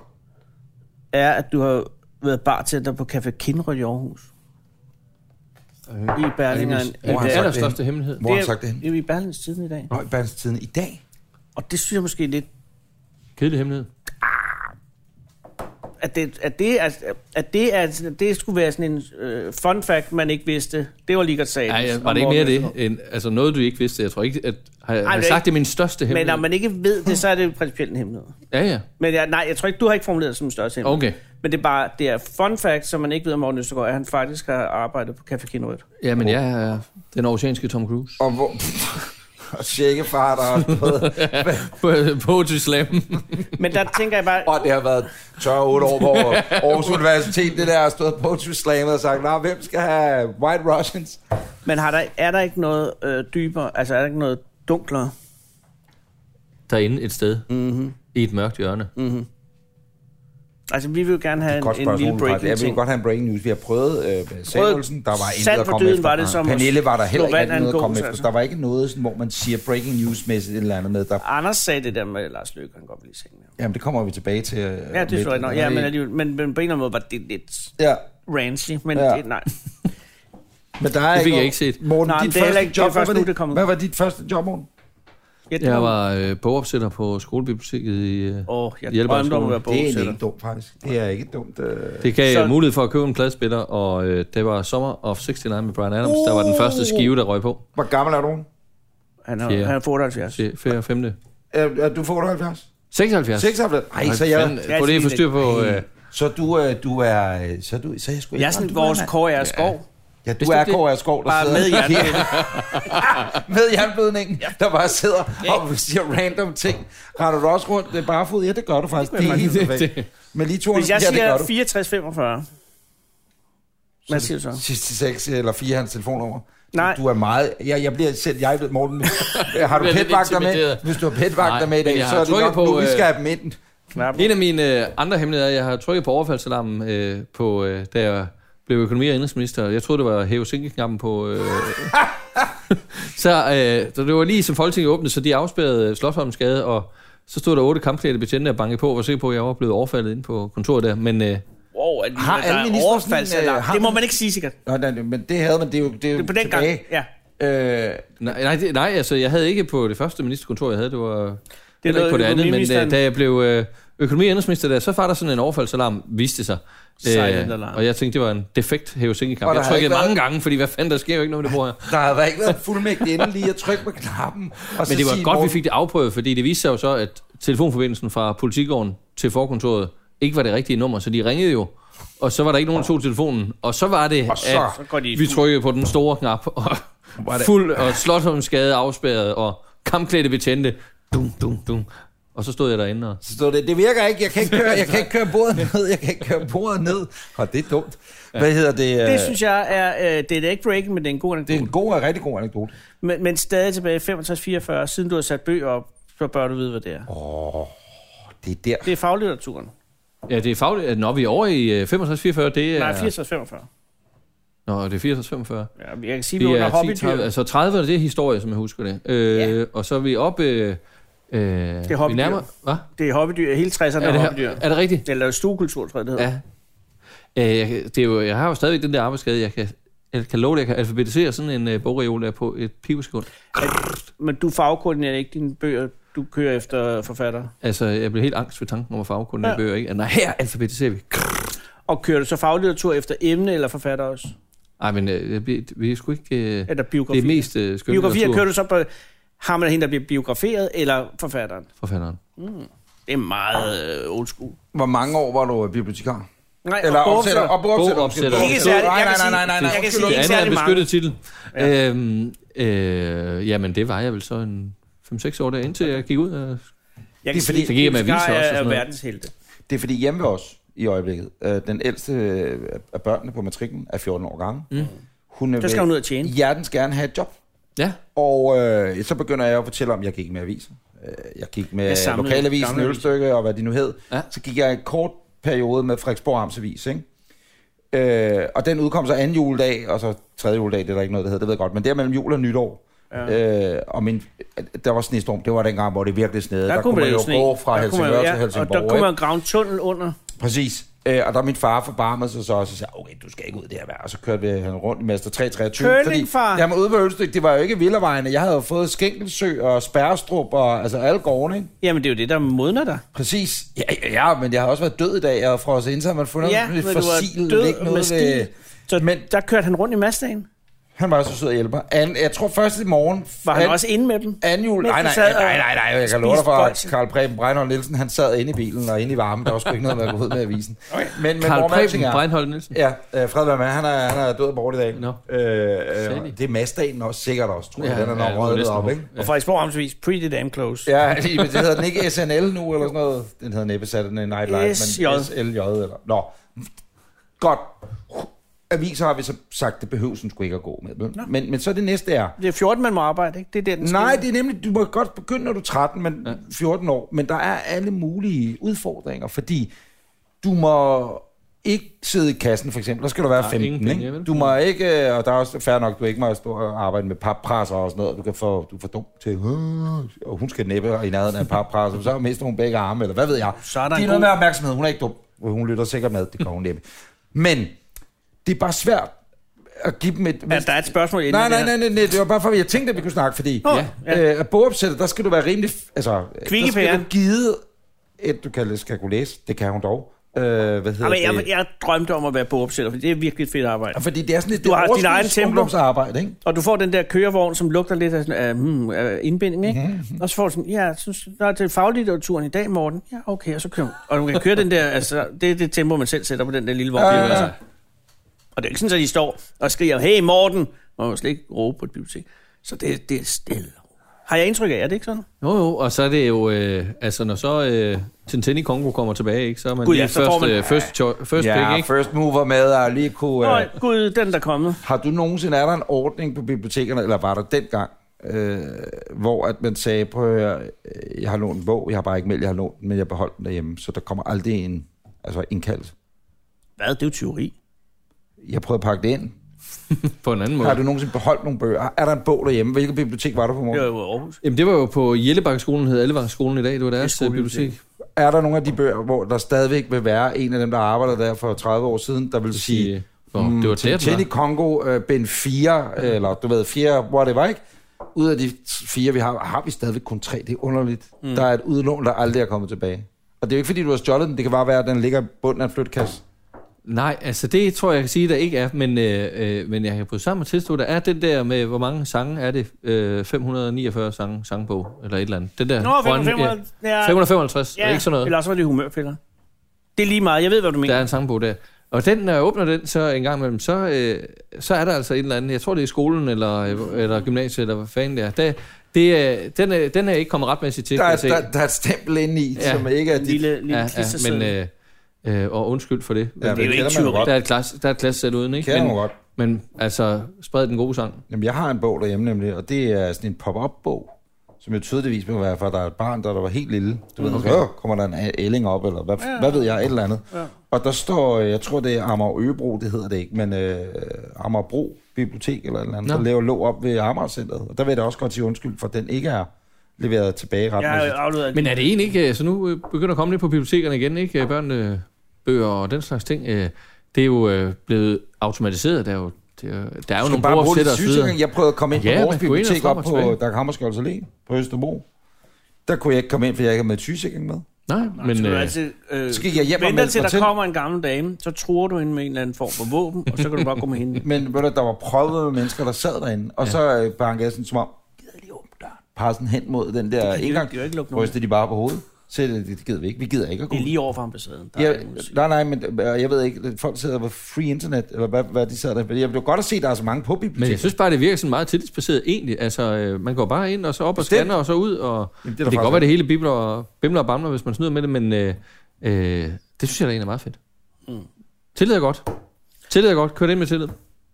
er, at du har været bartender på Café Kindred i Aarhus. Øh, I Berlingeren. Er det den allerstørste hemmelighed? Hvor har han sagt det henne? Det er i Berlingers Tidende i dag. Nå, i Berlingers Tidende i dag? Og det synes jeg måske lidt... Kedelig hemmelighed? at det, at det, at, at det, at det skulle være sådan en uh, fun fact, man ikke vidste, det var lige godt sagt. Nej, var det ikke mere det? End, altså noget, du ikke vidste? Jeg tror ikke, at har jeg, Ej, har jeg sagt, det er min største hemmelighed. Men når man ikke ved det, så er det principielt en hemmelighed. Ja, ja. Men jeg, nej, jeg tror ikke, du har ikke formuleret det som en største hemmelighed. Okay. Men det er bare, det er fun fact, som man ikke ved om Morten Østergaard, at han faktisk har arbejdet på Café Kinnoret. Ja, men jeg er den oceanske Tom Cruise. Og hvor... Og shakefar, der har på Poetry Slam. Men der tænker jeg bare... Og det har været tørre otte år på Aarhus Universitet, det der har stået Poetry Slam og sagt, nej, hvem skal have White Russians? Men har der, er der ikke noget øh, dybere, altså er der ikke noget dunklere? Derinde et sted, mm-hmm. i et mørkt hjørne. Mm-hmm. Altså, vi vil jo gerne have en, en lille breaking ting. Jeg vil godt have en breaking news. Vi har prøvet øh, Samuelsen, der var intet at komme efter. Var det som Pernille var der heller ikke noget at komme altså. efter. Der var ikke noget, sådan, hvor man siger breaking news-mæssigt et eller andet med. Der... Anders sagde det der med Lars Løkke, han godt vil lige sige. Jamen, det kommer vi tilbage til. Øh, ja, det tror jeg nok. Ja, men, alligevel, men, men på en eller anden måde var det lidt ja. ranchy, men ja. det, nej. Men der er det fik ikke jeg ikke set. Morten, nej, dit det er første ikke, job, det er hvad, nu, det hvad var dit første job, Morten? Jeg var øh, bogopsætter på skolebiblioteket i øh, oh, Hjælpersskolen. Det er ikke dumt, faktisk. Det er ikke dumt. Øh... Det gav så... mulighed for at købe en pladespiller, og øh, det var Summer of seksogtres med Bryan Adams. Uh! Der var den første skive, der røg på. Hvor gammel er du? Han er, yeah. han er otteoghalvfjerds. fjerde og femte. Er, er du otteoghalvfjerds? seksoghalvfjerds. seksoghalvfjerds? Ej, så jeg... jeg på det forstyr på... Øh... Så du, øh, du er... Så, du, så jeg skulle jeg er sådan vores Kåre er skov. Ja, du er Kåre af Skov, der bare sidder... med jernblødning. med jernblødning, ja. Der bare sidder ja. Og siger random ting. Render du også rundt det barefod? Ja, det gør du faktisk. Det, det er helt perfekt. Men lige to hvis jeg siger fireogtres femogfyrre, hvad siger du så? Sidste seks eller fire hans telefonnummer. Nej. Du er meget... Jeg, jeg bliver selv... Jeg ved, Morten... har du petvagter med? Hvis du har petvagter med i dag, så er det nok på, nu, vi skal have dem ind. En af mine øh, andre hemmeligheder, jeg har trykket på overfaldsalarmen øh, på, øh, da jeg blev økonomi- og indrigsminister. Jeg troede, det var hæve-sænke-knappen på... Øh, så, øh, så det var lige som Folketinget åbnede, så de afspærrede Slotsholmsgade, og så stod der otte kampklædte betjente og bankede på, og var sikker på, at jeg var blevet overfaldet inde på kontoret der. Men... Øh, wow, at har der er overfaldsalarm. Det må man ikke sige sikkert. Nej, nej, men det havde man, det er jo, det er jo det er på den tilbage. Gang, ja. Øh, nej, nej, det, nej, altså jeg havde ikke på det første ministerkontor, jeg havde, det var... Det er ikke på det andet, men da, da jeg blev øh, økonomi- og indrigsminister der, så var der sådan en overfaldsalarm, viste sig. Øh, og jeg tænkte, det var en defekt hæve-sænke-kamp. Jeg trykkede mange været... gange, fordi hvad fanden, der sker jo ikke noget med det bord her. Der havde ikke været fuldmægtig inden lige at trykke på knappen. Og men det var godt, vi fik det afprøvet, fordi det viste sig jo så, at telefonforbindelsen fra Politigården til forkontoret ikke var det rigtige nummer, så de ringede jo. Og så var der ikke nogen, der tog telefonen. Og så var det, så, at vi trykkede på den store knap, og fuld og Slotsholmsgade afspærret, og kampklædte betjente. Dum, dum, dum. Og så stod jeg derinde og... Så stod det, det virker ikke, jeg kan ikke køre, jeg kan ikke køre bordet ned, jeg kan ikke køre bordet ned. Og det er dumt. Hvad hedder det? Det synes jeg er, det er ikke breaking, men det er en god anekdote. Det er en god og rigtig god anekdote. Men, men stadig tilbage femogtres fireogfyrre, siden du har sat bøger op, så bør du vide, hvad det er. Åh, oh, det er der. Det er faglitteraturen. Ja, det er fagligt. Når vi er over i femogtres fireogfyrre, det er... Nej, fireogtres femogfyrre. Nå, det er fireogtres femogfyrre. Ja, jeg kan sige, vi er under hobbydyr. Altså tredive, det er historie, som jeg husker det. Øh, ja. Og så er vi oppe... Øh, Øh, det er hobbydyr. Nærmer, hva? Det er hobbydyr. Hele tresserne er, er hobbydyr. Er det rigtigt? Eller stuekultur, tror jeg, det hedder. Ja. Øh, det er jo, jeg har jo stadigvæk den der arbejdsskade. Jeg kan, jeg kan love det, jeg kan alfabetisere sådan en uh, bogreol der på et pivesekund. Men du farvekoordinerer ikke dine bøger, du kører efter forfatter? Altså, jeg bliver helt angst ved tanken om at farvekoordinere ja. bøger, ikke? Nej, her alfabetiserer vi. Og kører du så faglitteratur efter emne eller forfatter også? Nej, men uh, vi er sgu ikke... Uh, eller biografi? Det er mest uh, skønlitteratur. Biografier kører du så på... Har man hende, der bliver biograferet, eller forfatteren? Forfatteren. Mm. Det er meget øh, old school. Hvor mange år var du bibliotekar? Nej, eller opsætter. Og bogopsætter. Ikke særlig. Jeg kan sige, nej, nej, nej, jeg kan sige, ikke særlig mange. Beskyttet titel. Ja. Øhm, øh, jamen, det var jeg vel så en fem seks år der, indtil jeg gik ud. Og... Jeg kan sige, så gik jeg med aviser også. Jeg er verdenshelte. Det er fordi hjemme ved os i øjeblikket, øh, den ældste af børnene på matriklen er fjorten år gammel. Mm. Hun er skal hun ud at tjene. Hjertens gerne have et job. Ja. Og øh, så begynder jeg at fortælle om, at jeg gik med aviser. Jeg gik med Lokalavisen, Ølstykke og hvad de nu hed. Ja. Så gik jeg en kort periode med Frederiksborg Amtsavis, ikke? Øh, og den udkom så anden juledag, og så tredje juledag, det er der ikke noget, der hedder, det ved jeg godt. Men der mellem jul og nytår, ja. øh, og min, der var snestorm, det var den gang, hvor det virkelig snede. Der, der kunne man jo gå fra Helsingør ja, til Helsingborg. Og der kunne man grave en tunnel under. Præcis. Øh, og der min far forbarmede sig så også og sagde, okay, du skal ikke ud der, og så kørte vi rundt i Mester tre treogtyve. Curling, far? Jamen ude på Ølstykke, det var jo ikke Villavejene. Jeg havde jo fået Skænkelsø og Spærrestrup og altså alle gårdene, ikke? Jamen det er jo det, der modner dig. Præcis. Ja, ja, ja, men jeg har også været død i dag, og fra os ind, så har man fundet ja, et fossil liggende noget ved... Så men der kørte han rundt i Mazdaen? Han var også sød at hjælpe mig. Jeg tror først i morgen... Var han an, også inde med dem? Anden jul... Nej, nej, nej, nej, nej, nej, jeg kan love dig for, at Carl Preben Breinholt Nielsen, han sad inde i bilen og inde i varmen. Der var sgu ikke noget med at gå ud med avisen. Okay. Men, men Carl Preben Breinholt Nielsen? Ja, øh, Fred Vermann, han er, han er død og bort i dag. No. Øh, øh, det er Mazdaen også sikkert også, tror jeg. Ja, den er nok røget op, ikke? Og Frederiksborg Amtsvis, pretty damn close. Ja, det hedder den ikke S N L nu, eller sådan noget. Den hedder næppe Saturday Night Live, men S L J, eller... Nå, godt. Aviser har vi så sagt, det behøver den sgu ikke at gå med. Men, men så det næste er... Det er fjorten, man må arbejde, ikke? Det er det, den Nej, det er nemlig... Du må godt begynde, når du er tretten, men ja. fjorten år. Men der er alle mulige udfordringer, fordi du må ikke sidde i kassen, for eksempel. Der skal du være femten, ikke? Du må ikke... Og der er også fair nok, du ikke må stå og arbejde med pappresser og sådan noget. Du kan få... Du er for dum til... Og hun skal næppe i nærheden af en pappresser. Så mister hun begge arme, eller hvad ved jeg. Så er der det er noget med opmærksomhed. Hun er ikke dum. Hun lytter sikkert med. Det kan hun næppe. Men... Det er bare svært at give dem et... Ja, der er et spørgsmål inden nej, nej, nej, nej, nej, det var bare for, at jeg tænkte, at vi kunne snakke, fordi... Oh, ja. øh, at bogopsættet, der skal du være rimelig... Altså, der skal du give et, du kan, skal kunne læse. Det kan hun dog. Øh, hvad hedder Jamen, jeg, det? jeg drømte om at være bogopsætter, for det er virkelig et fedt arbejde. Ja, fordi det er sådan et... Du har din egen tempo. Arbejde, ikke? Og du får den der kørevogn, som lugter lidt af, af, hmm, af indbinding, ikke? Mm-hmm. Og så får du sådan, ja, synes, der er til faglitteraturen i dag, Morten. Ja, okay, og så kører Og du kan køre den der... Altså, det er det tempo, man selv sætter på den der lille vogn. Ja, ja, ja. Og det er ikke sådan, at de står og skriger, hey Morten, man må slet ikke råbe på et bibliotek. Så det, det er stille. Har jeg indtryk af, er det ikke sådan? Jo, jo, og så er det jo, øh, altså når så øh, Tintin i Congo kommer tilbage, ikke, så er man Gud, lige ja, først, man, øh, first, cho- first ja, pick, ikke? first mover med og lige kunne... Nå, øh, Gud, den der er kommet. Har du nogensinde, er der en ordning på bibliotekerne, eller var der dengang, øh, hvor at man sagde, prøv at høre, jeg har lånt en bog, jeg har bare ikke meldt, jeg har lånt den, men jeg beholdt den derhjemme, så der kommer aldrig en, altså indkaldelse. Hvad? Det er jo teori. Jeg prøvede at pakke det ind. På en anden måde. Har du nogensinde beholdt nogle bøger? Er der en bog derhjemme? Hvilket bibliotek var du på morgen? Det var jo Aarhus. Jamen, det var jo på Jellebakkeskolen, hed Ellevangskolen i dag. Det var deres det bibliotek. Er der nogle af de bøger, hvor der stadigvæk vil være en af dem, der arbejder der for tredive år siden, der vil sige, sige mm, det var Tintin i Congo, uh, Ben fire, eller du ved, fire, whatever, ikke? Ud af de fire, vi har, har vi stadigvæk kun tre. Det er underligt. Mm. Der er et udlån, der aldrig er kommet tilbage. Og det er jo ikke, fordi du har stjålet den. Det kan bare være, at den ligger i bunden af en flytkasse. Nej, altså det tror jeg, jeg kan sige, der ikke er, men, øh, øh, men jeg kan på samme tilstå, der er den der med, hvor mange sange er det? Øh, fem hundrede niogfyrre sange, sangbog, eller et eller andet. Den der Nå, fem hundrede femoghalvtreds. Ja, fem hundrede femoghalvtreds, ja, er det ikke sådan noget? Eller også var det humørpiller. Det er lige meget, jeg ved, hvad du mener. Der er en sangbog der. Og den, når jeg åbner den så en gang imellem, så, øh, så er der altså et eller andet, jeg tror det er skolen, eller, eller gymnasiet, eller hvad fanden det er. Der, det er den, er, den er ikke kommet retmæssigt til. Der er, der, der er et stempel inde i, ja, som ikke er dit. Lille, lille ja, ja, men... Øh, Øh, og undskyld for det. Ja, det er jo ikke tyveri. Der er et klasse, der er et klassesæt uden, ikke? Kender men, godt. Men altså, spred den gode sang. Jamen, jeg har en bog derhjemme nemlig, og det er sådan en pop-up-bog, som jo tydeligvis må være, for der er et barn, der, der var helt lille. Du mm, okay. ved, øh, kommer der en ælling op, eller hvad, ja. hvad ved jeg, et eller andet. Ja. Og der står, jeg tror det er Amager Øgebro, det hedder det ikke, men øh, Amagerbro Bibliotek eller et eller andet, no. der laver låg op ved Amagercenteret. Og der vil jeg da også godt sige undskyld, for den ikke er leveret tilbage retmæssigt. Ja, men er det egentlig ikke, så nu begynder at komme lidt på bibliotekerne igen, ikke? Børnene, bøger og den slags ting, det er jo blevet automatiseret. Der er jo, der er jo nogle brugersætter og så videre. Jeg prøvede at komme ind på ja, vores bibliotek op på Dag Hammarskjolds Allé på Østerbro. Der kunne jeg ikke komme ind, for jeg ikke havde med sygesikring med. Nej, men... Så øh, altid, øh, så gik jeg hjem venter til, der til. kommer en gammel dame, så tror du hende med en eller anden form for våben, og så kan du bare gå med hende. Men ved du, der var prøvede mennesker, der sad derinde, og ja. så øh, bankede jeg sådan som om, gider lige åbne døren. Passen hen mod den der indgang, rystede de bare på hovedet. Så det, det gider vi ikke. Vi gider ikke at gå. Det er lige over for ambassaden. Ja, nej, nej, men jeg ved ikke, folk sidder på free internet, eller hvad, hvad de sidder der. Det er godt at se, at der er så mange på biblioteket. Men jeg synes bare, det virker sådan meget tillidsbaseret egentlig. Altså, man går bare ind, og så op og scanner, og så ud, og Jamen, det, det kan godt være, det hele bibler og, bimler og bamler, hvis man snyder med det, men øh, øh, det synes jeg da egentlig er meget fedt. Mm. Tillid er godt. Tillid er godt. Kør det ind med tillid.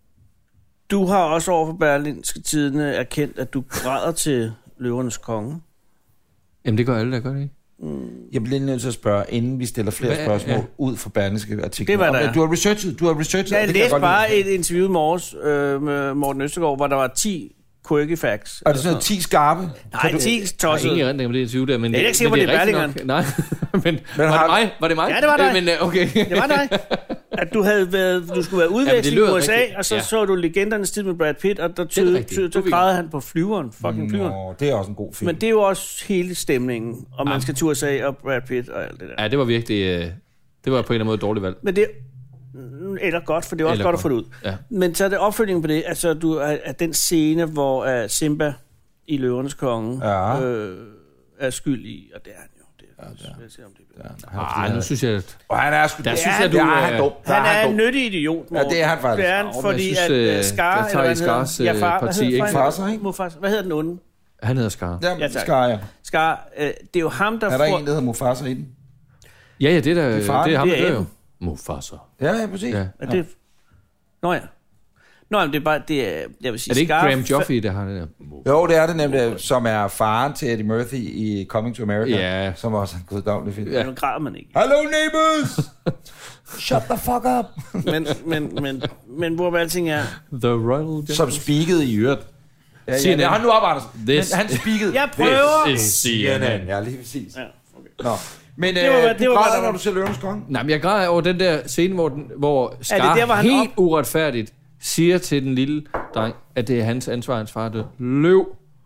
Du har også over for Berlingske Tidende erkendt, at du græder til Løvernes Konge. Jamen, det gør alle, der gør det ikke. Jeg bliver nødt til at spørge, inden vi stiller flere Hva, spørgsmål ja. ud fra Berlingske artikler. Det var der. Du har researchet, du har researchet. Jeg læste bare et interview i morges øh, med Morten Østergaard, hvor der var ti quirky facts. Og det er sådan noget ti skarpe? Nej, ti tosset. Jeg har ingen erindring om det interview der, men det er ikke sikkert, det, det er Berlingeren. Nej, men, men var har... det mig? Var det mig? Ja, det var dig. Men, okay. Det var dig. At du havde været, du skulle være udvekslet ja, i U S A, rigtigt. Og så ja. så du Legendernes tid med Brad Pitt, og der så grædede han på flyveren. Fucking flyveren. Nå, det er også en god film. Men det er jo også hele stemningen, om man skal til U S A og Brad Pitt og alt det der. Ja, det var virkelig, øh, det var på en eller anden måde et dårligt valg. Men det eller godt, for det er også eller godt, godt at få det ud. Ja. Men så er det opfølgningen på det, altså du er, er den scene, hvor uh, Simba i Løvernes Konge ja. øh, er skyld i, og det er han jo. Det er, ja, det er. Jeg se, om det er. Ja, Ej, nu synes jeg, at... Og han er sgu... Der synes jeg, du... Han er, han er en nyttig idiot, Morten. Ja, det er han faktisk. Det er han, fordi synes, at uh, Scar... Jeg tager i Scars ja, far, parti, ikke? Mufasa, ikke? Mufasa. Hvad hedder den onde? Han hedder Scar. Ja, ja Scar, ja. Scar, øh, det er jo ham, der... Er der får... en, der hedder Mufasa i den? Ja, ja, det er, der, det er, far, det er ham, det er der jo. Mufasa. Ja, ja, præcis. Ja. Er det... Nå ja. Nå, men det er bare... Det er, jeg vil sige, er det ikke Scar... Graham Joffrey, der har det der? Jo, det er det nemlig, som er faren til Eddie Murphy i Coming to America, ja. som også er en guddommelig film. Ja, nu græder man ikke. Hello neighbors! Shut the fuck up! men, men, men, men hvor alting er... The Royal som speakede i øvrigt. Ja, ja, ja, han nu op, Anders. This, han speakede... Jeg prøver! This is C N N. Ja, lige præcis. Ja, okay. Nå. Men det var, øh, det du var, græder, når du ser Løvernes Konge? Nej, men jeg græder over den der scene, hvor, den, hvor Scar der, hvor helt op... uretfærdigt siger til den lille dreng, at det er hans ansvar, hans far død. Løv!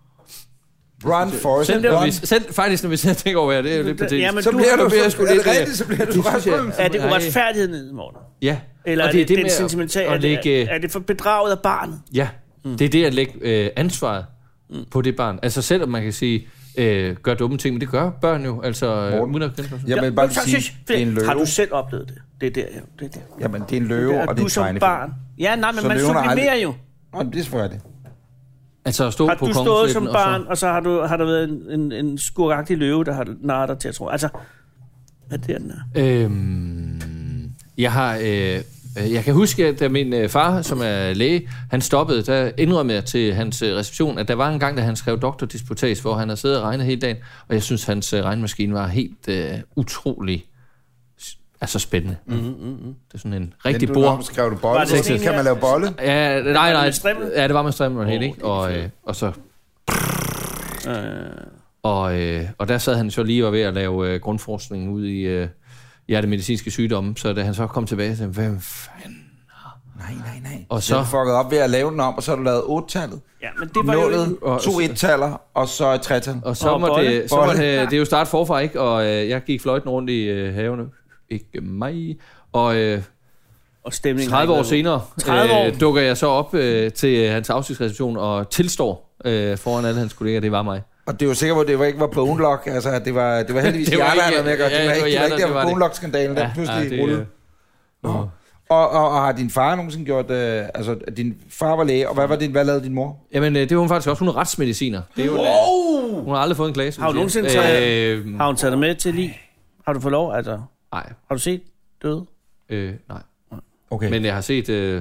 Run, Forrest, selv, run. Selv faktisk, når vi sidder og tænker over, det er jo lidt patetisk. Ja, så bliver du, du så, er det rigtigt, så bliver du ret. Er det uretfærdigheden, Morten? Ja. Eller og er det er det, det den sentimentale? Er, det, er det for bedraget af barnet? Ja, mm. det er det at lægge øh, ansvaret mm. på det barn. Altså selvom man kan sige, øh, gør dumme ting, men det gør børn jo. Altså, uden at kende jeg vil bare sige, det er en løve. Har du selv oplevet det? Det er der, ja. Det er der. Jamen, det er en løve, og det er en tegnefilm. Barn. Ja, nej, men så man sublimerer jo. Nå, det er selvfølgelig det. Altså at stå har på du stået som barn, og så, og så har, du, har der været en, en, en skurkagtig løve, der har narret dig til at tro. Altså, hvad er det, den er? Øhm, jeg har... Øh, jeg kan huske, at da min øh, far, som er læge, han stoppede, der indrømmede jeg til hans øh, reception, at der var en gang, da han skrev doktordisputats, hvor han havde siddet og regnet hele dagen, og jeg synes, hans øh, regnmaskine var helt øh, utrolig altså spændende. Mm, mm, mm. Det er sådan en rigtig bord. Skrev du bolle? Det kan man lave bolle? Ja, nej, nej. Ja, det var med strimlen oh, helt, ikke? Og, øh, og så... Uh. Og, øh, og der sad han så lige og ved at lave øh, grundforskning ud i øh, hjertemedicinske sygdomme, så da han så kom tilbage, så sagde hvem fanden? Nej, nej, nej. Og så... Du fucket op ved at lave den om, og så har du lavet otte-tallet. Ja, men det var Nullet, jo... to et-taller, og så et tre-tal. Og så må det, så må det, det er jo start forfra, ikke? Og øh, jeg gik fløjten rundt i øh, havene. Ikke mig. Og, øh, og stemningen tredive år senere øh, dukker jeg så op øh, til hans afskedsreception og tilstår øh, foran alle hans kolleger, det var mig. Og det var sikkert, at det var ikke var Bone Lock, altså at det var, det var heldigvis hjertet, han havde med at gøre. Det var ikke, det var ikke der, hvor Bone Lock-skandalen, der pludselig rullede. Og, og, og har din far nogensinde gjort, øh, altså din far var læge, og hvad var din, hvad lavede din mor? Jamen øh, det var hun faktisk også, hun er retsmediciner. Det er jo, wow! Hun har aldrig fået en klage. Har hun nogensinde taget, øh, har hun taget dig med til lige? Har du fået lov, altså? Nej. Har du set døde? Øh, nej. Okay. Men jeg har set, øh,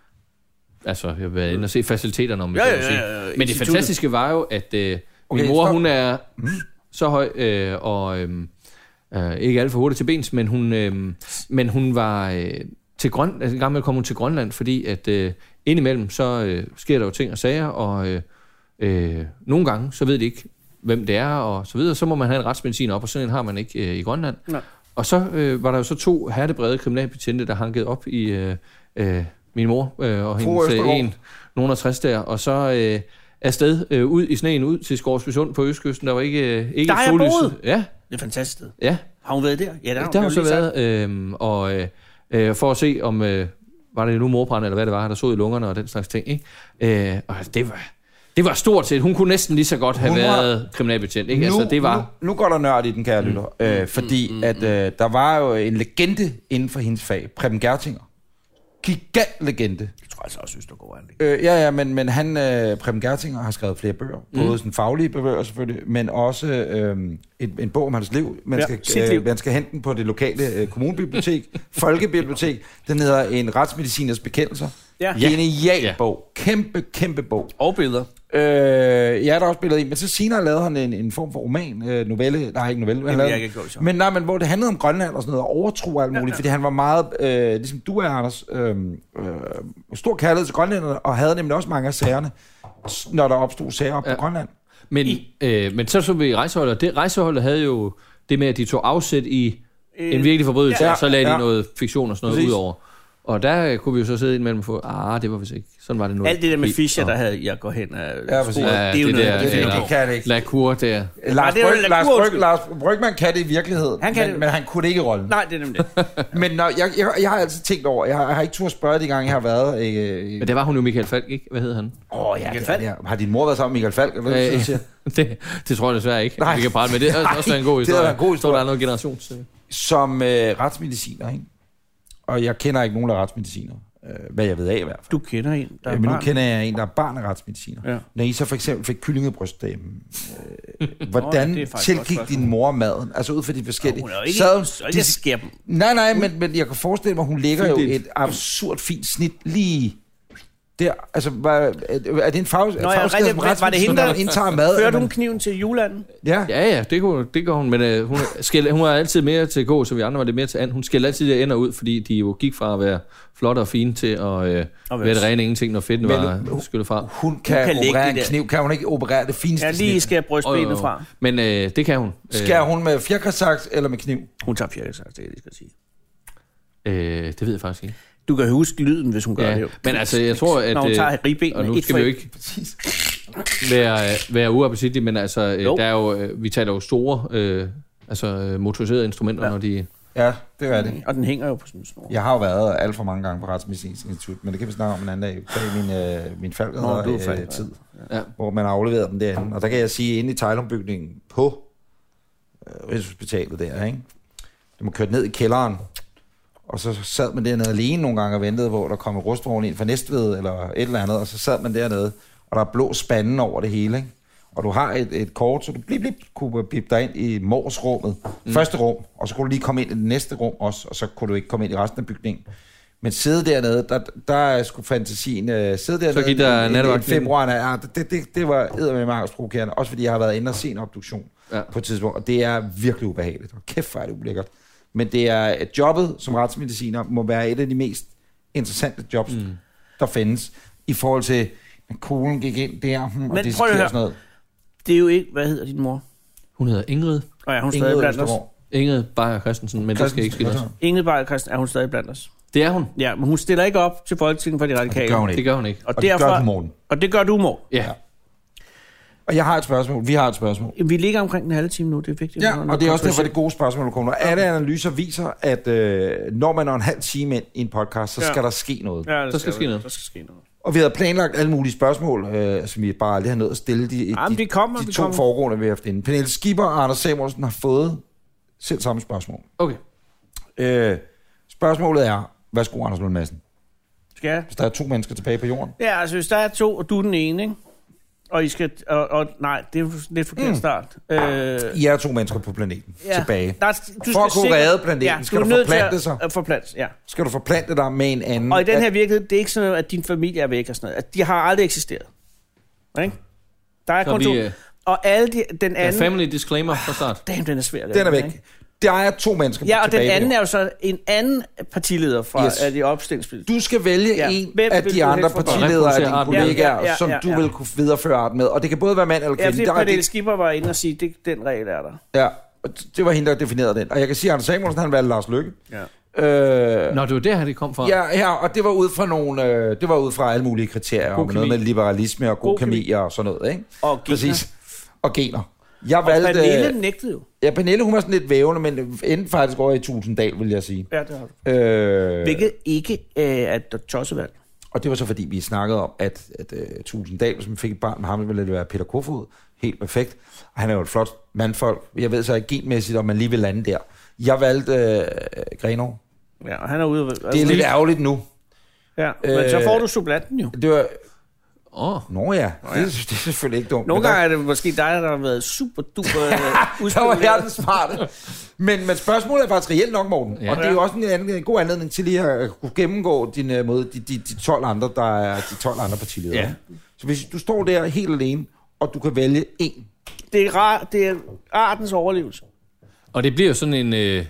altså jeg har været inde og se faciliteterne, om vi ja, kan ja, sige. Ja, ja, ja. Men det fantastiske var jo, at øh, okay, min mor, stop. hun er mm. så høj, øh, og øh, øh, ikke alt for hurtigt til bens, men hun, øh, men hun var øh, til Grønland, altså, en gang med kom hun til Grønland, fordi at øh, indimellem, så øh, sker der jo ting og sager, og øh, øh, nogle gange, så ved de ikke, hvem det er, og så videre, så må man have en retsmedicin op, og sådan en har man ikke øh, i Grønland. Nej. Og så øh, var der jo så to hertebrede kriminalbetjente, der hankede op i øh, øh, min mor øh, og hendes øh, en, nogen af tres der, og så øh, afsted øh, ud i sneen, ud til Skovsbysund på Østkysten. Der var ikke, øh, ikke der har jeg boet! Ja. Det er fantastisk sted. Ja. Har hun været der? Ja, der har hun, der har hun så været, øh, og øh, for at se, om øh, var det nu mordbrand, eller hvad det var, der så i lungerne og den slags ting. Ikke? Øh, og det var... Det var stort set. Hun kunne næsten lige så godt have hun været var... kriminalbetjent. Ikke? Nu, altså, det var... nu, nu går der nørd i den, kære lytter. Mm. Øh, fordi mm. at øh, der var jo en legende inden for hendes fag. Preben Gertinger. Gigant legende. Jeg tror altså også, synes, du går an. Øh, ja, ja, men, men han, øh, Preben Gertinger, har skrevet flere bøger. Mm. Både sådan faglige bøger selvfølgelig, men også øh, en, en bog om hans liv. Man, ja, skal, øh, man skal hente den på det lokale øh, kommunebibliotek, folkebibliotek. Den hedder En retsmediciners bekendelser. Ja. Genial ja. bog. Kæmpe, kæmpe bog. Og billeder. Øh, ja, der er også billeder i, men så senere lavede han en, en form for roman, øh, novelle, nej ikke novelle, han lavede, ikke men nej, men hvor det handlede om Grønland og sådan noget, og overtro og alt muligt, ja, ja. fordi han var meget, øh, ligesom du er, Anders, øh, øh, stor kærlighed til grønlænderne, og havde nemlig også mange af sagerne når der opstod sager op ja. på Grønland. Men, øh, men så så vi rejseholdet. Det rejseholdet havde jo det med, at de tog afsæt i øh, en virkelig forbrydelse, ja, og så lagde ja. de noget fiktion og sådan noget Præcis. ud over. Og der kunne vi jo så sidde ind mellem for, ah, det var vist ikke. Sådan var det nu. Alt det der med Fischer, der havde, jeg går hen og ja, spor, ja, det er jo det noget, der, det, det, det kan det ikke. La Cour der. Lars, ja, Bryg, Lars, Bryg, Lars Brygman kan det i virkeligheden, han kan men, det. men han kunne det ikke i rollen. Nej, det er nemlig det. Men når, jeg, jeg, jeg har altid tænkt over, jeg har, jeg har ikke turde spørge de gange, jeg har været... Øh, men der var hun jo Michael Falk, ikke? Hvad hed han? Åh oh, ja, det, ja, har din mor været sammen med Michael Falk? Eller hvad, øh, det, det tror jeg desværre ikke. Nej. Vi kan prate med det. Det er også en god historie. Det er en god historie. Der er noget generations... Som øh, retsmediciner, ikke? Og jeg kender ikke nogen, der er retsmediciner. Hvad jeg ved af i hvert fald. Du kender en, der er Men barn. nu kender jeg en, der er barn af retsmediciner. Ja. Når I så for eksempel fik kyllingebrystdame, øh, hvordan oh, tilgik din mor maden? Altså ud fra de forskellige... Oh, hun er jo ikke, så, så ikke skære dem. Nej, nej, men, men jeg kan forestille mig, hun ligger jo et absurd fint snit lige... Der, altså, var, er det en fag, Nå, ja, rigtig, var det hende, der indtager mad? Førte hun kniven til juleanden? Ja, ja, ja det, kunne, det gør hun, men uh, hun, skæld, hun var altid mere til gå, så vi andre var det mere til and. Hun skældte altid de ender ud, fordi de jo gik fra at være flotte og fine til at uh, være det rene ingenting, når fedten var skyllet fra. Hun kan, hun kan operere en kniv, kan hun ikke operere det fineste snit? Ja, lige skære brystbenet fra. Men uh, det kan hun. Skærer hun med fjerkræsaks eller med kniv? Hun tager fjerkræsaks, det er det, jeg skal sige. Uh, det ved jeg faktisk ikke. Du kan huske lyden, hvis hun gør ja, det. Men altså, jeg tror, at... Når hun tager ribbenene. Og nu skal vi jo ikke være, være uappetitlige, men altså, jo. der er jo, vi taler jo store, øh, altså motoriserede instrumenter, ja. når de... Ja, det er det. Og den hænger jo på sådan en snor. Jeg har jo været alt for mange gange på Retsmedicinsk Institut, men det kan vi snakke om en anden dag. Det er min, øh, min falkeder øh, tid, ja. hvor man har afleveret dem derinde. Og der kan jeg sige, inde i Tejlumbygningen på øh, Rigshospitalet der, ikke? Det må køre ned i kælderen. Og så sad man dernede alene nogle gange og ventede, hvor der kom en rustvogn ind fra Næstved eller et eller andet, og så sad man dernede, og der er blå spanden over det hele, ikke? Og du har et, et kort, så du blip, blip, kunne bippe dig ind i morsrummet, mm. første rum, og så kunne du lige komme ind i det næste rum også, og så kunne du ikke komme ind i resten af bygningen. Men sidde dernede, der, der skulle fantasien uh, sidde dernede. Så gik der i, i februar, ja, det, det, det var eddermame angstprovokerende, også fordi jeg har været inde og se en obduktion ja. på et tidspunkt, og det er virkelig ubehageligt. Og kæft, hvor er det ulækkert. Men det er jobbet som retsmediciner må være et af de mest interessante jobs, mm. der findes, i forhold til, at kuglen gik ind der, hmm, og det sker sådan noget. Det er jo ikke, hvad hedder din mor? Hun hedder Ingrid. Og er hun stadig blandt os? Ingrid Beyer Christensen, men Christensen, det skal ikke ske. Ingrid Beyer Christensen, er hun stadig blandt os? Det er hun. Ja, men hun stiller ikke op til Folketinget for de radikale. Det gør hun ikke. Det gør hun ikke. Og, og derfor, det gør du, Morten. Og det gør du, Morten. Ja. Og jeg har et spørgsmål. Vi har et spørgsmål. Vi ligger omkring en halve time nu, det er vigtigt. Ja, og det er også derfor, det gode spørgsmål, der kommer. Alle analyser viser, at øh, når man er en halv time ind i en podcast, så skal ja. der ske noget. Ja, der skal, skal ske noget. Der skal ske noget. Og vi havde planlagt alle mulige spørgsmål, øh, som vi bare aldrig har nået at stille. De, Jamen, de, de, kommer, de de to kommer. foregående, vi har haft inde. Pernille Skipper og Anders Samuelsen har fået selv samme spørgsmål. Okay. Øh, spørgsmålet er, værsgo Anders Lund Madsen. Skal jeg? Hvis der er to mennesker tilbage på jorden. Ja, altså hvis der er to, og du er den ene, ikke? Og I skal... Og, og, nej, det er lidt forkert mm. start. Øh, I er to mennesker på planeten ja, tilbage. Der, du For at kunne redde planeten, ja, skal du, du forplante sig. At forplante, ja. Skal du forplante dig med en anden. Og i den her at, virkelighed, det er ikke sådan noget, at din familie er væk og sådan noget. At de har aldrig eksisteret. Ikke? Der er kun to. Uh, og alle de, den anden... family disclaimer fra start. Damn, den er svær. Den er væk. Ikke? Der er to mennesker ja, og tilbage. Den anden er jo så en anden partileder fra yes. de opstillingspolitiske. Du skal vælge ja. en Hvem af de andre partiledere af dine kollegaer, ja, ja, ja, som du ja. vil kunne videreføre art med. Og det kan både være mand eller kvinde. Ja, fordi Pernille Skipper var inde og sige, det den regel er der. Ja, og det var hende, der definerede den. Og jeg kan sige, at Anders Samuelsen, han valgte Lars Løkke. Ja. Øh, Nå, det var der, det kom fra. Ja, ja, og det var ud fra nogle, øh, det var ud fra alle mulige kriterier. Og noget med liberalisme og god, god kemi og sådan noget. Ikke? Og gener. Præcis. Og gener. Jeg og valgte, Pernille nægtede jo. Ja, Pernille, hun var sådan lidt vævende, men endte faktisk over i Tusinddal, vil jeg sige. Ja, det har du. Øh, Hvilket ikke øh, er et tossevalg. Og det var så, fordi vi snakkede om, at, at uh, Tusinddal, hvis man fik et barn med ham, ville det være Peter Kofod. Helt perfekt. Og han er jo et flot mandfolk. Jeg ved så ikke genmæssigt, om man lige vil lande der. Jeg valgte uh, Grenov. Ja, og han er ude... Altså, det er lidt ærgerligt nu. Ja, men øh, så får du supplanten jo. Det var... Åh. Oh. Nå ja, det, det er selvfølgelig ikke dumt. Nogle gange er det måske dig, der har været super duper udspillet. Der var her den smarte. Men, men spørgsmålet er faktisk reelt nok, Morten. Ja. Og det er jo også en, anden, en god anledning til lige at kunne gennemgå din, mod de, de, de tolv andre, der er de tolv andre partiledere. Ja. Så hvis du står der helt alene, og du kan vælge én. Det er, rar, det er artens overlevelse. Og det bliver jo sådan en øh,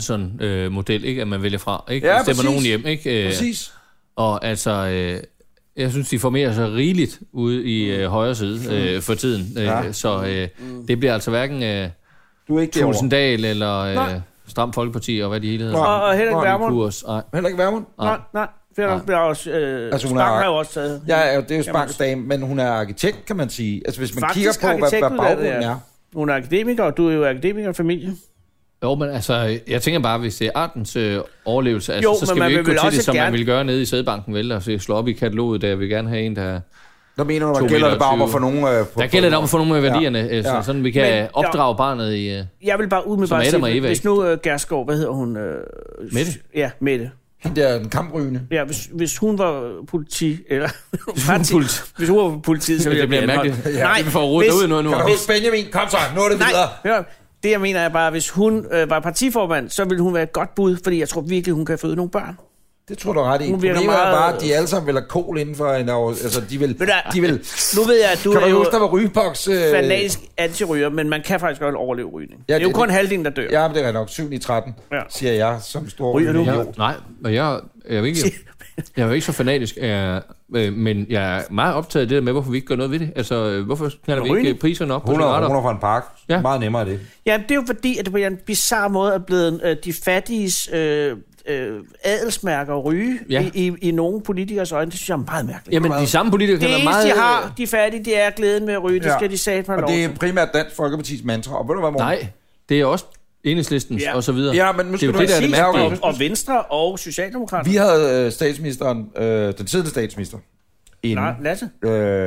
Robinson-model, øh, ikke, at man vælger fra. Ikke? Ja, stemmer nogen hjem. Ikke? Præcis. Og altså... Øh, Jeg synes, de formerer sig rigeligt ude i øh, højre side øh, for tiden. Øh, ja. Så øh, det bliver altså hverken øh, Tulsendal eller øh, Stram Folkeparti og hvad de hele hedder. Og, og heller ikke Vermund. Nej. Heller ikke Vermund? Nej, nej. Det bliver også... Øh, altså, Spang har jo også taget... Ja, det er jo Spangs dame, men hun er arkitekt, kan man sige. Altså, hvis man faktisk kigger på, hvad, hvad baggrunden er. Hun er akademiker, og du er jo akademikerfamilie. Jo, men altså, jeg tænker bare, hvis det er artens øh, overlevelse, altså, jo, så skal vi ikke gå til det, som gerne... man ville gøre nede i sædebanken, vel? Altså, slå op i kataloget, der vil gerne have en, der... Der mener du, der gælder det bare om at få nogen... Øh, på, der gælder det om at få nogen med værdierne, ja. Altså, ja. Sådan vi kan men, opdrage barnet i... Øh, jeg vil bare ud med bare sige, hvis nu uh, Gerskov, hvad hedder hun? Øh, Mette? Ja, Mette. Hende der, den kamprygende. Ja, hvis, hvis hun var politi, eller... hvis, hun politi, hvis hun var politiet, så ville det jeg blive mærkeligt. Ja. Nej, vi får rodet ud nu. Kan du huske Benjamin? Kom så, nu er det videre. Nej, hør. Det jeg mener er bare, at hvis hun øh, var partiformand, så ville hun være et godt bud, fordi jeg tror virkelig, hun kan føde nogle børn. Det tror du ret i. Problemet meget... er bare, at de alle sammen vil have kål inden for en år. Altså, de vil... De vil... Nu ved jeg, at du kan er du jo... huske, der var rygeboks... Øh... fanatisk antiryger, men man kan faktisk godt overleve rygning. Ja, det er jo kun det... halvdelen, der dør. Ja, men det er nok. syv i tretten, ja. Siger jeg, som stor ryger du? Ja, nej, men jeg, jeg, er ikke, jeg er jo ikke så fanatisk, jeg, øh, men jeg er meget optaget af det der med, hvorfor vi ikke gør noget ved det. Altså, hvorfor knalder vi ikke priserne op på cigaretter? hundrede fra en park. Ja. Meget nemmere det. Ja, det er jo fordi, at det på en bizarre måde er blevet øh, de fattiges... Øh, Øh, adelsmærker og ryge ja. i, i, i nogle politikers øjne. Det synes jeg er meget mærkeligt. Jamen, de samme politikere kan være meget... Det de har, de fattige, det er glæden med at ryge. Ja. Det skal de sige på lov. Og det er primært Dansk Folkepartis mantra. Og ved du hvad, Morten? Nej, det er også Enhedslistens ja. og så videre. Ja, men nu skal det er jo det, der er det mærkelige. Og, og Venstre og Socialdemokraterne. Vi havde øh, statsministeren, øh, den tidligere statsminister. Inden, Nej, Lasse. Øh,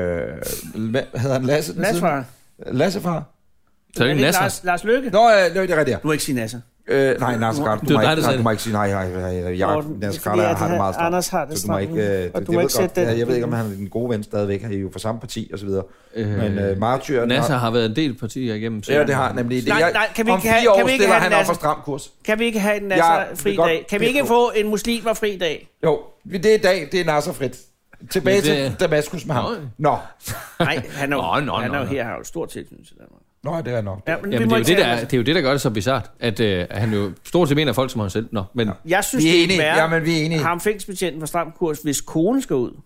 hvad hedder han? Lasse? Lassefar. Lassefar? Så er det ikke Nasser? Lars, Lars Løkke? Nå, ja, det er rigtigt. Du må ikke sige Nasser. Øh, nej, Nasser Carter. Du, du, du, du må ikke sige nej, nej, nej. Jeg, Nasser Carter har det meget stramt. Anders har det stramt. Du må ikke sætte den. Jeg ved ikke, om han er den gode ven stadigvæk. Han er jo fra samme parti og så videre. Men øh, Martyr... Nasser har været en del partier igennem. Ja, det har nemlig. Det, nej, nej, kan vi ikke have, om fire år stiller han op for stram kurs. Kan vi ikke have en Nasser fri dag? Kan vi ikke få en muslimer fri dag? Jo, det er i dag, det er Nasser frit. Tilbage til Damaskus med ham. Nå. Nej, han er jo her, har jo stort tilknytning til Danmark. Nå, det er nok. Ja, men Jamen, det, er jo det, der, det er jo det, der gør det så bizart, at, øh, at han jo stort set mener folk som han selv. Nå, men... Ja. Jeg synes, vi er det er enige. værre, ja, men vi er enige. Ham fængselsbetjenten fra stram kurs, hvis konen skal ud.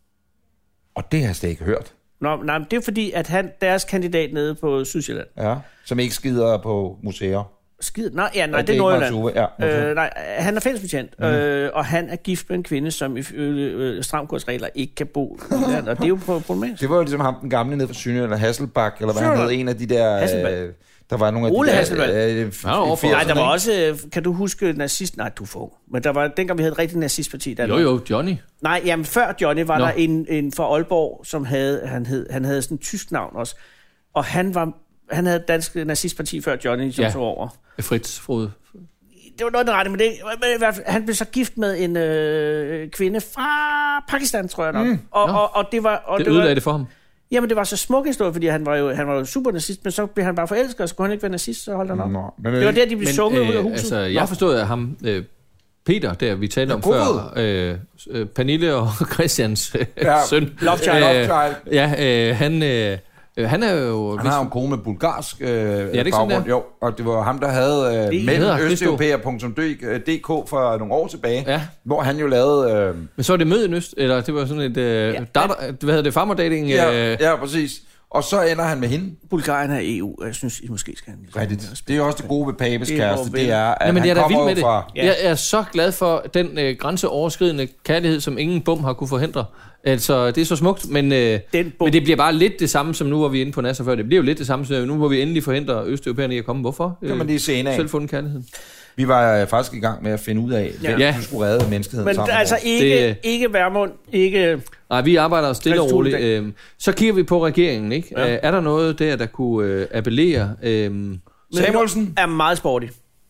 Og det har jeg slet ikke hørt. Nå, nej, det er fordi, at han, deres kandidat nede på Sydsjælland. Ja, som ikke skider på museer. Skid? Nej, ja, nej, det, det er Nordjylland. Ja, øh, nej, han er fængselsbetjent, mm. øh, og han er gift med en kvinde, som ifølge øh, stramkursregler ikke kan bo i landet, og det er jo problematisk. Det var jo ligesom ham, den gamle nede fra Synø, eller Hasselbak, eller hvad han hed, en af de der... Øh, der var nogle af Ole de Hasselbak. der... Øh, øh, nej, der var også... Kan du huske nazist? Nej, du får. Men der var, dengang vi havde et rigtigt nazistparti. Der jo, jo, Johnny. Nej, jamen før Johnny var Nå. der en, en fra Aalborg, som havde... Han, hed, han havde sådan en tysk navn også. Og han var... Han havde et dansk nazistparti før Johnny, som ja. tog over. Fritz Frode. Det var noget, der rette, men det, men han blev så gift med en øh, kvinde fra Pakistan, tror jeg nok. Mm. Og, og, og det var... Og det ødelagde det for ham. Jamen, det var så smuk historie, fordi han var jo, han var jo super nazist, men så blev han bare forelsket, og så kunne han ikke være nazist, så holdt han op. Nå, men, det var der, de blev sunget øh, ud af huset. Altså, jeg forstod, at ham... Øh, Peter, der vi talte om før, øh, øh, Pernille og Christians øh, ja, søn. Love child, love child. Ja, øh, han... Øh, Han er jo... Han har jo en kone med bulgarsk øh, ja, baggrund, jo. Og det var ham, der havde øh, mellem østeuropæer punktum d k for nogle år tilbage, ja. Hvor han jo lavede... Øh, Men så var det Mød i Øst, eller det var sådan et... Øh, ja. datter, hvad hedder det? Farmerdating? Ja, øh, ja, præcis. Og så ender han med hende. Bulgarien er E U, jeg synes, I måske skal... Rigtigt. Det er jo også det gode ved Papes kæreste, det er, at Jamen, han er kommer med fra... Ja. Jeg er så glad for den øh, grænseoverskridende kærlighed, som ingen bum har kunne forhindre. Altså, det er så smukt, men, øh, men det bliver bare lidt det samme, som nu var vi inde på Nasser før. Det bliver jo lidt det samme, som nu hvor vi endelig forhindre østeuropæerne i at komme. Hvorfor? Kan man lige se en af. Selv fundet kærligheden. Vi var øh, faktisk i gang med at finde ud af, hvem ja. skulle redde menneskeheden men sammen. Men altså ikke, det, ikke Vermund, ikke... Nej, vi arbejder stille og roligt. Øh, så kigger vi på regeringen, ikke? Ja. Øh, er der noget der, der kunne øh, appellere? Øh, Samuelsen er meget sporty.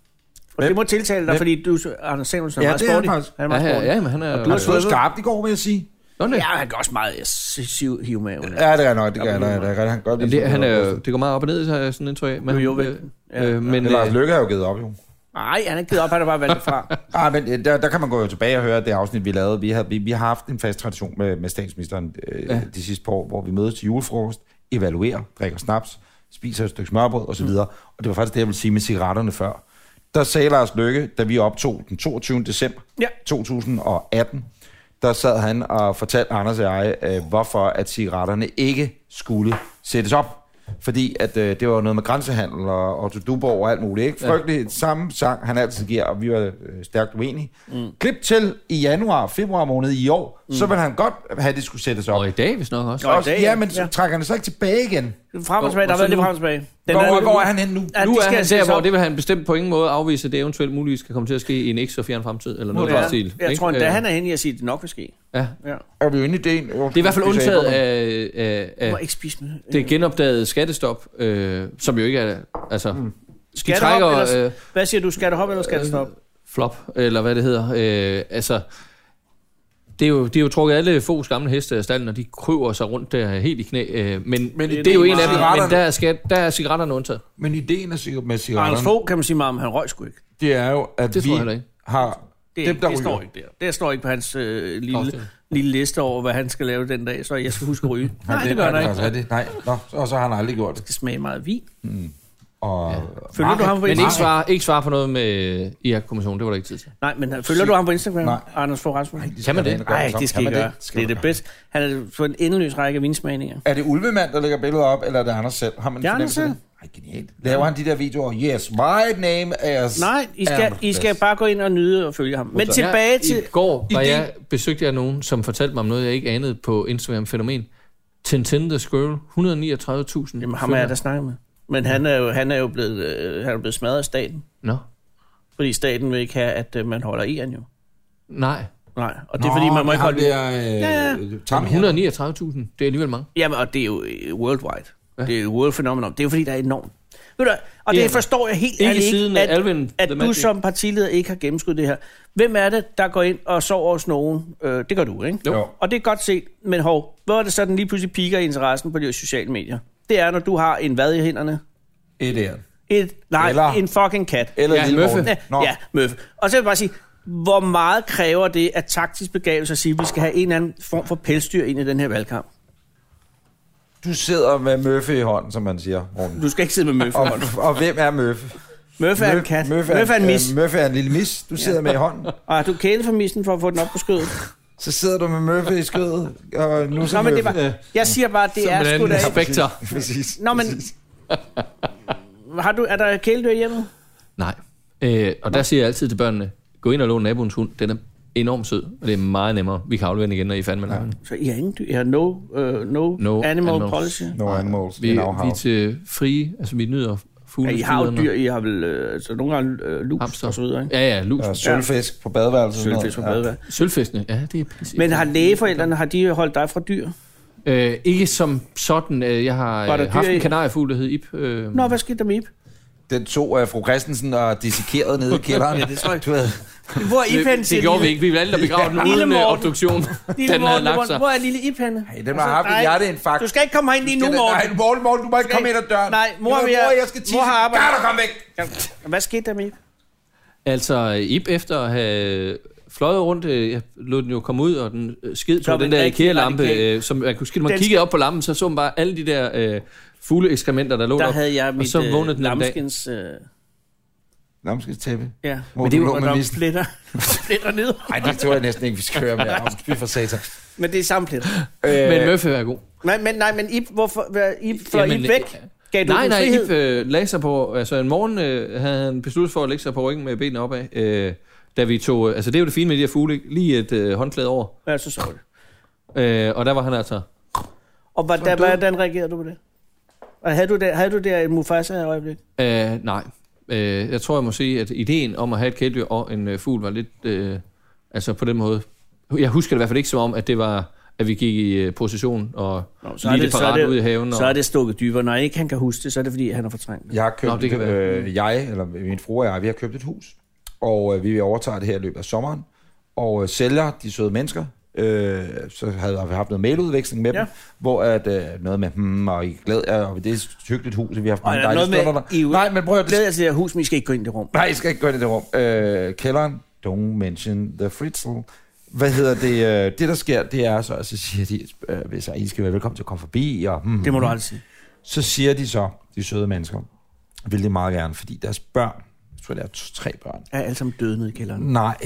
Og hvem? Det må tiltale dig, hvem? Fordi du, Anders Samuelsen er ja, meget sporty. Han er meget sporty. Ja, ja, men han er... Og du har stået skarpt i går, vil jeg sige. Nå, ja, han gør også meget hive med. Ja, det er nok, det gør han. Det er han godt. Det, han er, det går meget op og ned, så har jeg sådan en tryk. Men, jo, jo, ja. øh, men Lars Løkke har jo givet op, jo. Nej, han har ikke givet op, han har bare valgt fra. ah, men der, der kan man gå jo tilbage og høre det afsnit, vi lavede. Vi har, vi, vi har haft en fast tradition med, med statsministeren øh, ja. de sidste par år, hvor vi mødes til julefrokost, evaluerer, drikker snaps, spiser et stykke smørbrød osv. Mm. Og det var faktisk det, jeg ville sige med cigaretterne før. Der sagde Lars Løkke, da vi optog den toogtyvende december ja. to tusind og atten, der sad han og fortalte Anders og jeg, øh, hvorfor at cigaretterne ikke skulle sættes op. Fordi at øh, det var noget med grænsehandel og Otto Duborg og alt muligt. Ikke? Frygteligt ja. Samme sang, han altid giver, og vi var øh, stærkt uenige. Mm. Klip til i januar, februar måned i år, mm. så vil han godt have, at det skulle sættes op. Og i dag, hvis nok også. også ja, men så ja. trækker han det så ikke tilbage igen. Frem og tilbage, der har været lidt frem og tilbage. Den hvor, der, hvor er han henne nu? Ja, nu er han der, hvor det vil han bestemt på ingen måde afvise, at det eventuelt muligvis skal komme til at ske i en ikke så fjern fremtid, eller noget ja. stil. Jeg tror, da han er henne i at sige, at det nok vil ske. Ja. ja. Er vi jo inde i det? Det er i hvert fald undtaget af, af, af med. det genopdagede skattestop, øh, som jo ikke er... Altså, mm. Skattehop, eller, øh, hvad siger du? Skattehop eller skattestop? Øh, flop, eller hvad det hedder. Øh, altså... Det er, jo, det er jo trukket alle Foghs gamle heste af stallen, og de kryber sig rundt der helt i knæ. Øh, men, men det, det er jo en af dem, men der er, skat, der er cigaretterne undtaget. Men ideen er sikkert med cigaretterne... Anders Fogh kan man sige meget om, han røg sgu ikke. Det er jo, at det vi tror har... Det, dem, der det står ikke der. Det står ikke på hans øh, lille, lille liste over, hvad han skal lave den dag, så jeg skal huske at ryge. Nej, det, det gør han ikke. Det. Nej, Nå, og så har han aldrig gjort det. Det skal smage meget vin. Mm. Og ja. Følger du ham på Instagram? Men ikke svare, ikke svare på noget med I R-kommissionen, det var der ikke tid til. Nej, men følger du ham på Instagram? Nej. Anders Fogh Rasmussen? Kan man det? Nej, det skal I gøre. Det er det bedste. Han er på en endeløs række vinsmagninger. Er det Ulvemand, der lægger billeder op, eller er det Anders selv? Har man det er Anders selv. Ej, genialt. Laver han de der videoer? Yes, my name is... Nej, I skal, I skal bare gå ind og nyde og følge ham. Men tilbage til... I går var jeg, besøgte jeg nogen, som fortalte mig om noget, jeg ikke anede på Instagram-fænomen. Tintin the Squirrel, et hundrede og niogtredive tusind. Jamen, ham er jeg der snakket med. Men han er jo, han er jo blevet, øh, han er blevet smadret af staten. Nå. No. Fordi staten vil ikke have, at øh, man holder i han jo. Nej. Nej, og det er Nå, fordi, man må ikke holde... Det er, øh, ja, ja. et hundrede og niogtredive tusind, det er alligevel mange. Jamen, og det er jo worldwide. Ja. Det er jo world phenomenon. Det er jo fordi, der er enormt. Ved du, og det ja. forstår jeg helt ærligt ikke, at, Alvin, at du som partileder ikke har gennemskuddet det her. Hvem er det, der går ind og sover hos nogen? Øh, det gør du, ikke? Jo. Og det er godt set, men hov, hvor er det så, den lige pludselig piker interessen på de sociale medier? Det er, når du har en hvad i hænderne? Et æren. Et, nej, eller, en fucking kat. Eller ja, en møffe. Ja, ja, møffe. Og så vil jeg bare sige, hvor meget kræver det at taktisk begavelse at sige, at vi skal have en eller anden form for pelsdyr ind i den her valgkamp? Du sidder med møffe i hånden, som man siger. Morten. Du skal ikke sidde med møffe i hånden. Og, og hvem er møffe? Møffe er en kat. Møffe er, møffe er en mis. Øh, møffe er en lille mis. Du sidder ja. med i hånden. Og har du kælet for missen for at få den op på skødet? Så sidder du med møffe i skødet, og nu så Nå, men det var, jeg siger bare, det er sgu da... Spekter. Præcis. Nå, men... Har du, er der kæledyr hjemme? Nej. Øh, og der siger jeg altid til børnene, gå ind og låne naboens hund. Den er enormt sød, og det er meget nemmere. Vi kan aflevere den igen, når I er fandme ja. Så I har ingen dyr? I har no, uh, no, no animal animals. policy? No animals. Vi, vi er til frie, altså vi nyder fugle. Ja, I har jo dyr, I har vel uh, altså, nogle gange uh, lus Hamster. Og så videre, ikke? Ja, ja, lus. Ja, sølvfisk ja. på badeværelset. Sølvfisk på ja. badeværelset. Sølvfiskene, ja, det er præcis. Men har lægeforældrene, har de holdt dig fra dyr? Øh, ikke som sådan. Jeg har haft en kanariefugl, der hed Ip. Øh... Nå, hvad skete der med Ip? Den tog uh, fru Christensen og dissekerede nede i kælderen. Ja, det tror jeg. Du havde... Hvor er Ip henne? Det, det gjorde vi ikke. Vi valgte at begrave den uden obduktion. Den havde lagt sig. Hvor er lille Ip henne? Hey, den har haft et hjerteinfarkt. Du skal ikke komme herind lige nu, Morten. Nej, Morten, Morten, du må ikke komme ind ad døren. Nej, mor, mor, jeg, jeg skal tisse. Mor har arbejdet. Kan du komme væk? Hvad skete der med Ip? Altså, Ip efter at have fløjet rundt, jeg lod den jo komme ud, og den skid på den der IKEA-lampe, som jeg kunne skille. Man kiggede op på lampen, så så man bare alle de der øh, fugle-ekskrementer, der lå der op. Der havde jeg mit øh, lamskens... Øh... Lamskens-tæppe? Ja. Hvor men det var der splitter, splitter ned. Nej, det tror jeg næsten ikke, vi skal høre med. Vi for satan. Men det er samme pletter. Øh, men Møffe er god. Nej, men, nej, men Ip, hvorfor Ip fløj Ip væk? Gav du nej, nej, frihed? Ip øh, lagde sig på... Altså en morgen øh, havde han besluttet for at lægge sig på ryggen med benene opad. Øh, da vi tog... Altså det er jo det fine med de her fugle, lige et øh, håndklæde over. Ja, så så det. Øh, og der var han altså... Og hvordan, hvordan reagerede du på det? Og havde du der, havde du der en Mufasa i øjeblik? Øh, nej. Øh, jeg tror, jeg må sige, at ideen om at have et kæledyr og en øh, fugl var lidt... Øh, altså på den måde... Jeg husker det i hvert fald ikke som om, at det var... at vi gik i øh, position og Nå, så lige det, parat så det, ud i haven. Så og... er det stukket dybere. Når ikke han kan huske det, så er det fordi, han har fortrængt det. Jeg har købt, Nå, det kan øh, jeg, eller min frue og jeg, vi har købt et hus, og øh, vi vil overtage det her i løbet af sommeren, og øh, sælger de søde mennesker, øh, så havde vi haft noget mailudveksling med ja. dem, hvor at, øh, noget med, hmm, og I glæder jer, og det er et hyggeligt hus, og vi har haft mange dejlige stunder der. I, Nej, men prøv at glæde jer til det her hus, men I skal ikke gå ind i det rum. Nej, I skal ikke gå ind i det rum. Øh, kælderen, don't mention the Fritzl. Hvad hedder det? Det, der sker, det er så, at så siger de, hvis I skal være velkommen til at komme forbi. Og, hmm, det må du aldrig sige. Så siger de så, de søde mennesker, vil det meget gerne, fordi deres børn, tror, det er to, tre børn. Er alle sammen døde nede i kælderen? Nej,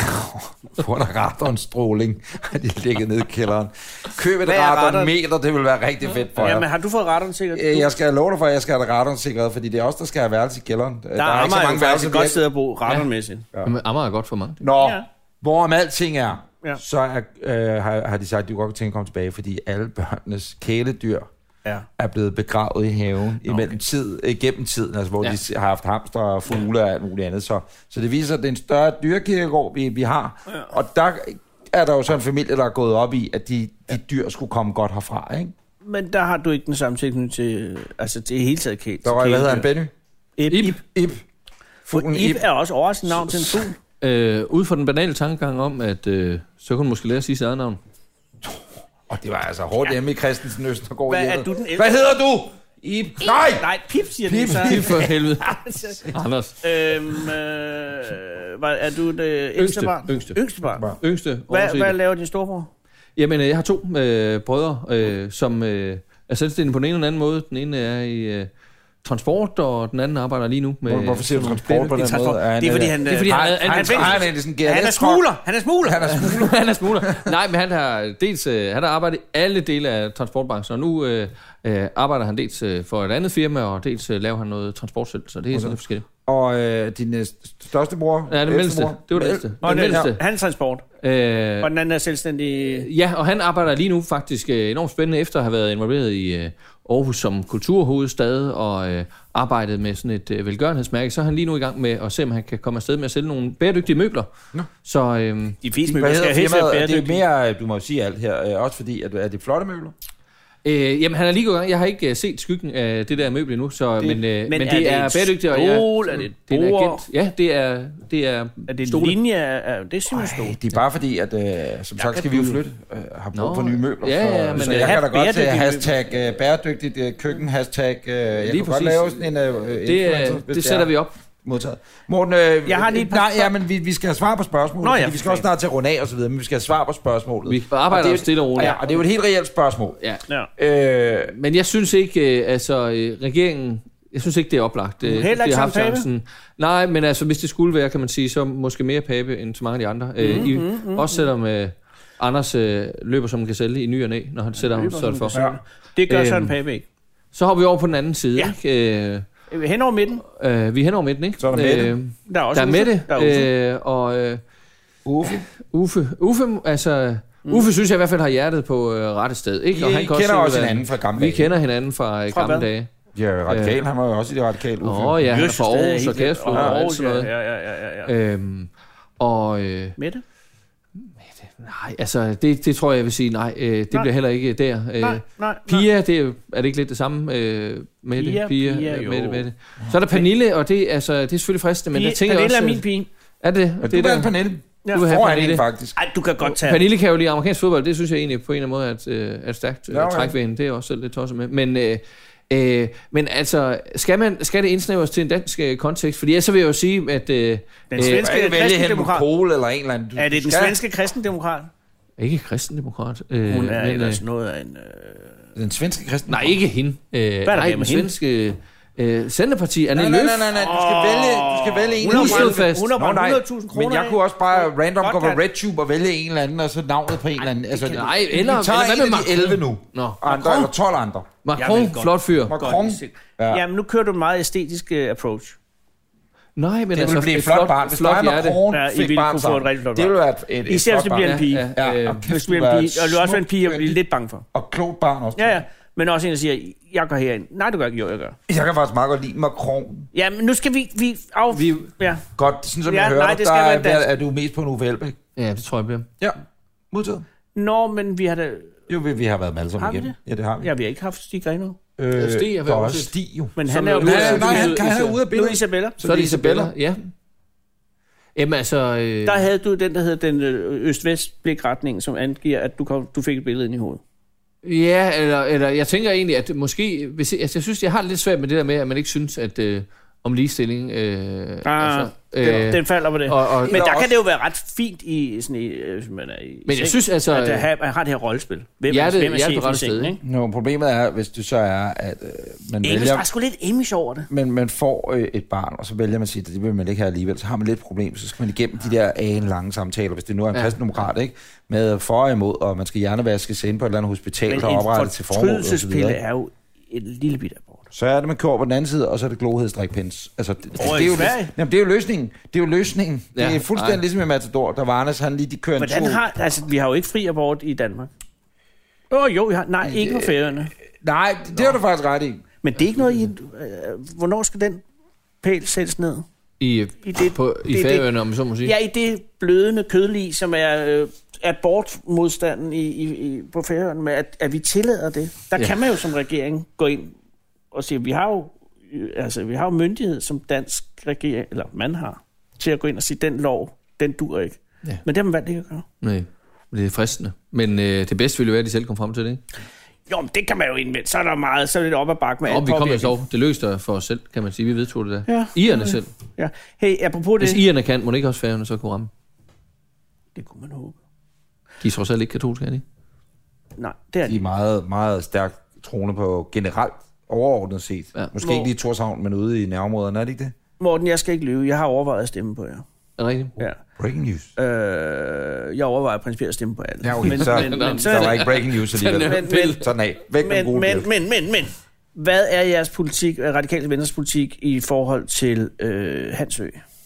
hvor der radonstråling, har de ligget nede i kælderen. Køb et radonmeter, det vil være rigtig fedt for jer. Ja, men har du fået radonsikret? Jeg skal love dig for, at jeg skal have det radonsikret, fordi det er også der skal have værelse i kælderen. Der, der er, er ikke så mange værelser. Det er et godt sted at bo, radonmæssigt. Ja. Men Amager er godt for mange. Nå, ja. Hvorom alting er, ja. så er, øh, har, har de sagt, at de godt kan tænke at komme tilbage, fordi alle børnenes kæledyr ja. er blevet begravet i haven okay. imellem tid, igennem tiden, altså hvor ja. de har haft hamster og fugle og alt muligt andet. Så, så det viser, at det er en større dyrekirkegård, vi, vi har. Ja. Og der er der jo så en familie, der er gået op i, at de, de dyr skulle komme godt herfra, ikke? Men der har du ikke den samme teknik til, altså det er hele taget kæld. Der var, hvad hedder han, Benny? Ib. Ib. Ib. Fuglen Ib er også overraskende navn til en fugl. Øh, ud fra den banale tankegang om, at øh, så kunne hun måske lære at sige sit eget navn. Og det var altså hårdt hjemme ja. i Christensen Østergaard. Hvad er du den ældste? Hvad hedder du? Ib. Ib. Nej! Nej, Pip siger Pip. det så. Pip for helvede. Anders. Øhm, øh, hvad, er du det ældste barn? Yngste. Yngste barn. Yngste. Hvad, hvad laver din storebror? Jamen, jeg har to øh, brødre, øh, som øh, er selvstændige på den ene eller anden måde. Den ene er i... Øh, transport, og den anden arbejder lige nu med... Hvorfor siger du transport på den måde? Det er fordi han... Det er fordi han... Han, han, han, han, han er smugler! Han er smugler! Han er smugler! Han er smugler! Nej, men han har dels... Han har arbejdet i alle dele af transportbranchen, og nu øh, øh, arbejder han dels øh, for et andet firma, og dels øh, laver han noget transport selv, så det er okay. sådan lidt forskelligt. Og øh, din øh, største bror? Ja, den mellemste. Det var det ældste. Og den ældste. Han er transport. Øh, og den anden er selvstændig... Ja, og han arbejder lige nu faktisk øh, enormt spændende, efter at have været involveret i øh, Aarhus som kulturhovedstad, og øh, arbejdet med sådan et øh, velgørenhedsmærke. Så er han lige nu i gang med at se, om han kan komme afsted med at sælge nogle bæredygtige møbler. Nå. Så, øh, de fleste møbler skal helst være bæredygtige. Det er mere, du må jo sige alt her, øh, også fordi, at er det flotte møbler? Øh, jamen, han er lige gået i gang. Jeg har ikke uh, set skyggen af det der møbel endnu, så, det, men, uh, men, men det det er, er bæredygtigt. Og jeg, er det et det er bord? Ja, det er det er Er det en linje af... Det er simpelthen stort. Det er bare fordi, at øh, som sagt skal vi jo flytte. Øh, har brug for nye møbler. Ja, ja, så, men så jeg kan da godt til hashtag øh, bæredygtigt øh, køkken, hashtag... Øh, jeg lige kan præcis. Godt lave sådan en øh, det, øh, det sætter vi op. Modtaget. Morten, øh, jeg har lige et nej, ja, men vi, vi skal have svar på spørgsmålet. Nå, ja, vi skal også snart til at runde af og så videre, men vi skal have svar på spørgsmålet. Vi arbejder og stille og roligt. Ja, og det er jo et helt reelt spørgsmål. Ja. Ja. Øh, men jeg synes ikke, altså regeringen, jeg synes ikke det er oplagt. Heller ikke som pape? Nej, men altså hvis det skulle være, kan man sige, så måske mere pape end så mange af de andre. Mm, øh, i, mm, mm, også selvom øh, Anders øh, løber som en gazelle i ny og næ, når han sætter ham sådan for. Ja. Det gør øh, sådan pape ikke. Så hopper vi over på den anden side. Ja. Ikke? Øh, Hen over midten. Øh, vi er hen over midten, ikke? Så er der Mette. Øh, der er også der er Mette. Der er Uffe. Øh, og, øh, Uffe. Uffe. Uffe, altså... Mm. Uffe synes jeg i hvert fald har hjertet på øh, rette sted, ikke? Og han kender også, også hinanden fra gamle dage. Vi kender hinanden fra, fra gamle dage. Ja, radikal. Øh, han var jo også i det radikale Uffe. Åh oh, ja, han er fra Aarhus og Kærsflod og alt sådan noget. Ja, ja, ja, ja. Øhm, og... Øh, Mette? Nej, altså, det, det tror jeg, jeg vil sige, nej, øh, det nej. bliver heller ikke der. Øh, nej, nej, Pia, det er, er det ikke lidt det samme øh, med Pia, det? Pia, Pia øh, med det, med det. Så er der Pernille, og det, altså, det er selvfølgelig fristende, men Pia, jeg tænker Pernille også... Pernille er min pige. Er det? Ja, det du er vil Pernille. Ja. Du vil have Pernille. faktisk. Ej, du kan godt tage. Pernille kan jo lide amerikansk fodbold, det synes jeg egentlig på en eller anden måde er et, et stærkt ja, okay. træk ved hende. Det er også selv lidt tosset med. Men... Øh, Øh, men altså, skal, man, skal det indsnævres til en dansk øh, kontekst? Fordi så vil jeg jo sige, at... Øh, den svenske øh, kristendemokrat. Kohl eller en eller anden. Er det den skal... svenske kristendemokrat? Ikke kristendemokrat. Øh, Hun er men, ellers noget af en... Øh... Den svenske kristendemokrat? Nej, ikke hende. Øh, Hvad er der nej, med den svenske... Øh, Centerparti, Anne Løf. Nej, nej, nej, nej, du skal vælge, du skal vælge en. Hun har fast. Hun har brændt hundrede tusind kroner. Men jeg kunne også bare random gå på RedTube og vælge en eller anden, og så navnet på en eller anden. Altså, nej, eller, vi tager eller en af de elleve nu. Nå. Andre, eller tolv andre. Macron, flot fyr. Macron. Ja. Jamen, nu kører du en meget æstetisk uh, approach. Nej, men det altså... Det vil blive et flot barn. Hvis der er Macron, fik barn sammen. Det vil være et, et især hvis det bliver en pige. Ja, hvis det bliver en pige. Og det vil også være en pige, jeg bliver lidt bange for. Og klogt barn også. Ja, ja. Men også en, der siger, jeg går herind. Nej, du gør ikke. Jo, jeg gør. Jeg kan faktisk meget godt lide Macron. Ja, men nu skal vi... vi, af... vi ja. Godt, sådan som ja, jeg hører nej, dig, der er, er, er du mest på en Uffe Elbæk. Ja, det tror jeg bliver. Ja, modtaget. Nå, men vi har da... Jo, vi, vi har været med alle sammen igen. Ja, det har vi. Ja, vi har ikke haft Stig Greno. Øh, Stig er også Stig, jo. Men han er jo... Nej, han er ude af billedet. Isabella. Så er det Isabella, ja. Jamen altså... Øh... Der havde du den, der hedder den øst-vest blikretning, som angiver, at du, kom, du fik et billede ind i hovedet. Ja, eller, eller jeg tænker egentlig, at måske... Hvis jeg, altså, jeg synes, jeg har lidt svært med det der med, at man ikke synes, at, øh, om ligestilling. Øh, ah, altså, øh, den, den falder på det. Og, og, men der også, kan det jo være ret fint i sådan i, man er i men jeg synes altså at have, at have det her rollespil. Hvem, ja, det, hvem er ja, chef i sengen, ikke? Nå, problemet er, hvis det så er, at øh, man Amish, vælger... der er sgu lidt Amish over det. Men man får øh, et barn, og så vælger man at sige, at det vil man ikke have alligevel. Så har man lidt problem, så skal man igennem de der ane lange samtaler, hvis det nu er en ja. kristendemokrat, ikke? Med for og imod, og man skal hjernevaskes ind på et eller andet hospital, der er oprettet til formål. Men en fortrydelsespille er jo et lille bit abort. Så er det, man kører på den anden side, og så er det glohedsdrikpins. Altså, det, det, det, er jo, jamen, det er jo løsningen. Det er jo løsningen. Ja, det er fuldstændig ej. Ligesom i Matador. Der var Anders, han lige, de kører en Hvordan har, altså, vi har jo ikke fri abort i Danmark. Åh oh, jo, vi har, nej, ikke på Færøerne. Nej, det, det har du faktisk ret i. Men det er ikke noget i, øh, hvornår skal den pæl sættes ned? I, I, det, på, i det, Færøerne, om så må sige? Ja, i det blødende kødlig, som er øh, abortmodstanden i, i, i, på Færøerne, med at, at vi tillader det. Der ja. kan man jo som regering gå ind og sige, vi har jo, altså, vi har jo myndighed som dansk regering, eller man har, til at gå ind og sige, den lov, den dur ikke. Ja. Men det har man valgt ikke at gøre. Nej, det er fristende. Men øh, det bedste ville jo være, at de selv kom frem til det, ikke? Jo, men det kan man jo indvende. Så er der meget, så er det op ad bakke med alt påvirkning. Vi kom jo så, det løste for os selv, kan man sige. Vi vedtog det der. Ja. Irerne selv. Ja. Hey, apropos Hvis det... irerne kan, må det ikke også Færøerne så kunne ramme? Det kunne man håbe. De er trods alt ikke katolske, er de? Nej, det er de. De er meget, meget stærkt troende på generelt overordnet set. Ja. Måske Hvor... ikke lige i Torshavn, men ude i nærområderne, er det ikke det? Morten, jeg skal ikke lyve. Jeg har overvejet at stemme på jer. Er det rigtigt? Ja. Breaking news. Øh, jeg overvejer principielt at stemme på alle. Ja, okay. men, så, men, men, så, der var ikke breaking news alligevel. Men, men, sådan af. Væk men, men, men, men, men, men, hvad er jeres politik, Radikale Venstres politik, i forhold til øh, Hans Ø?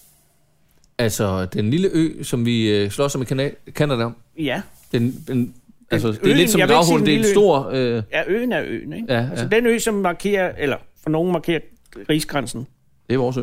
Altså, den lille ø, som vi øh, slås med i Canada. Ja. Den, den, altså, det er øen, lidt som gravhund, det er en stor... Øh... Ja, øen er øen, ikke? Ja, ja. Altså, den ø, som markerer, eller for nogen markerer rigsgrænsen. Det er vores ø.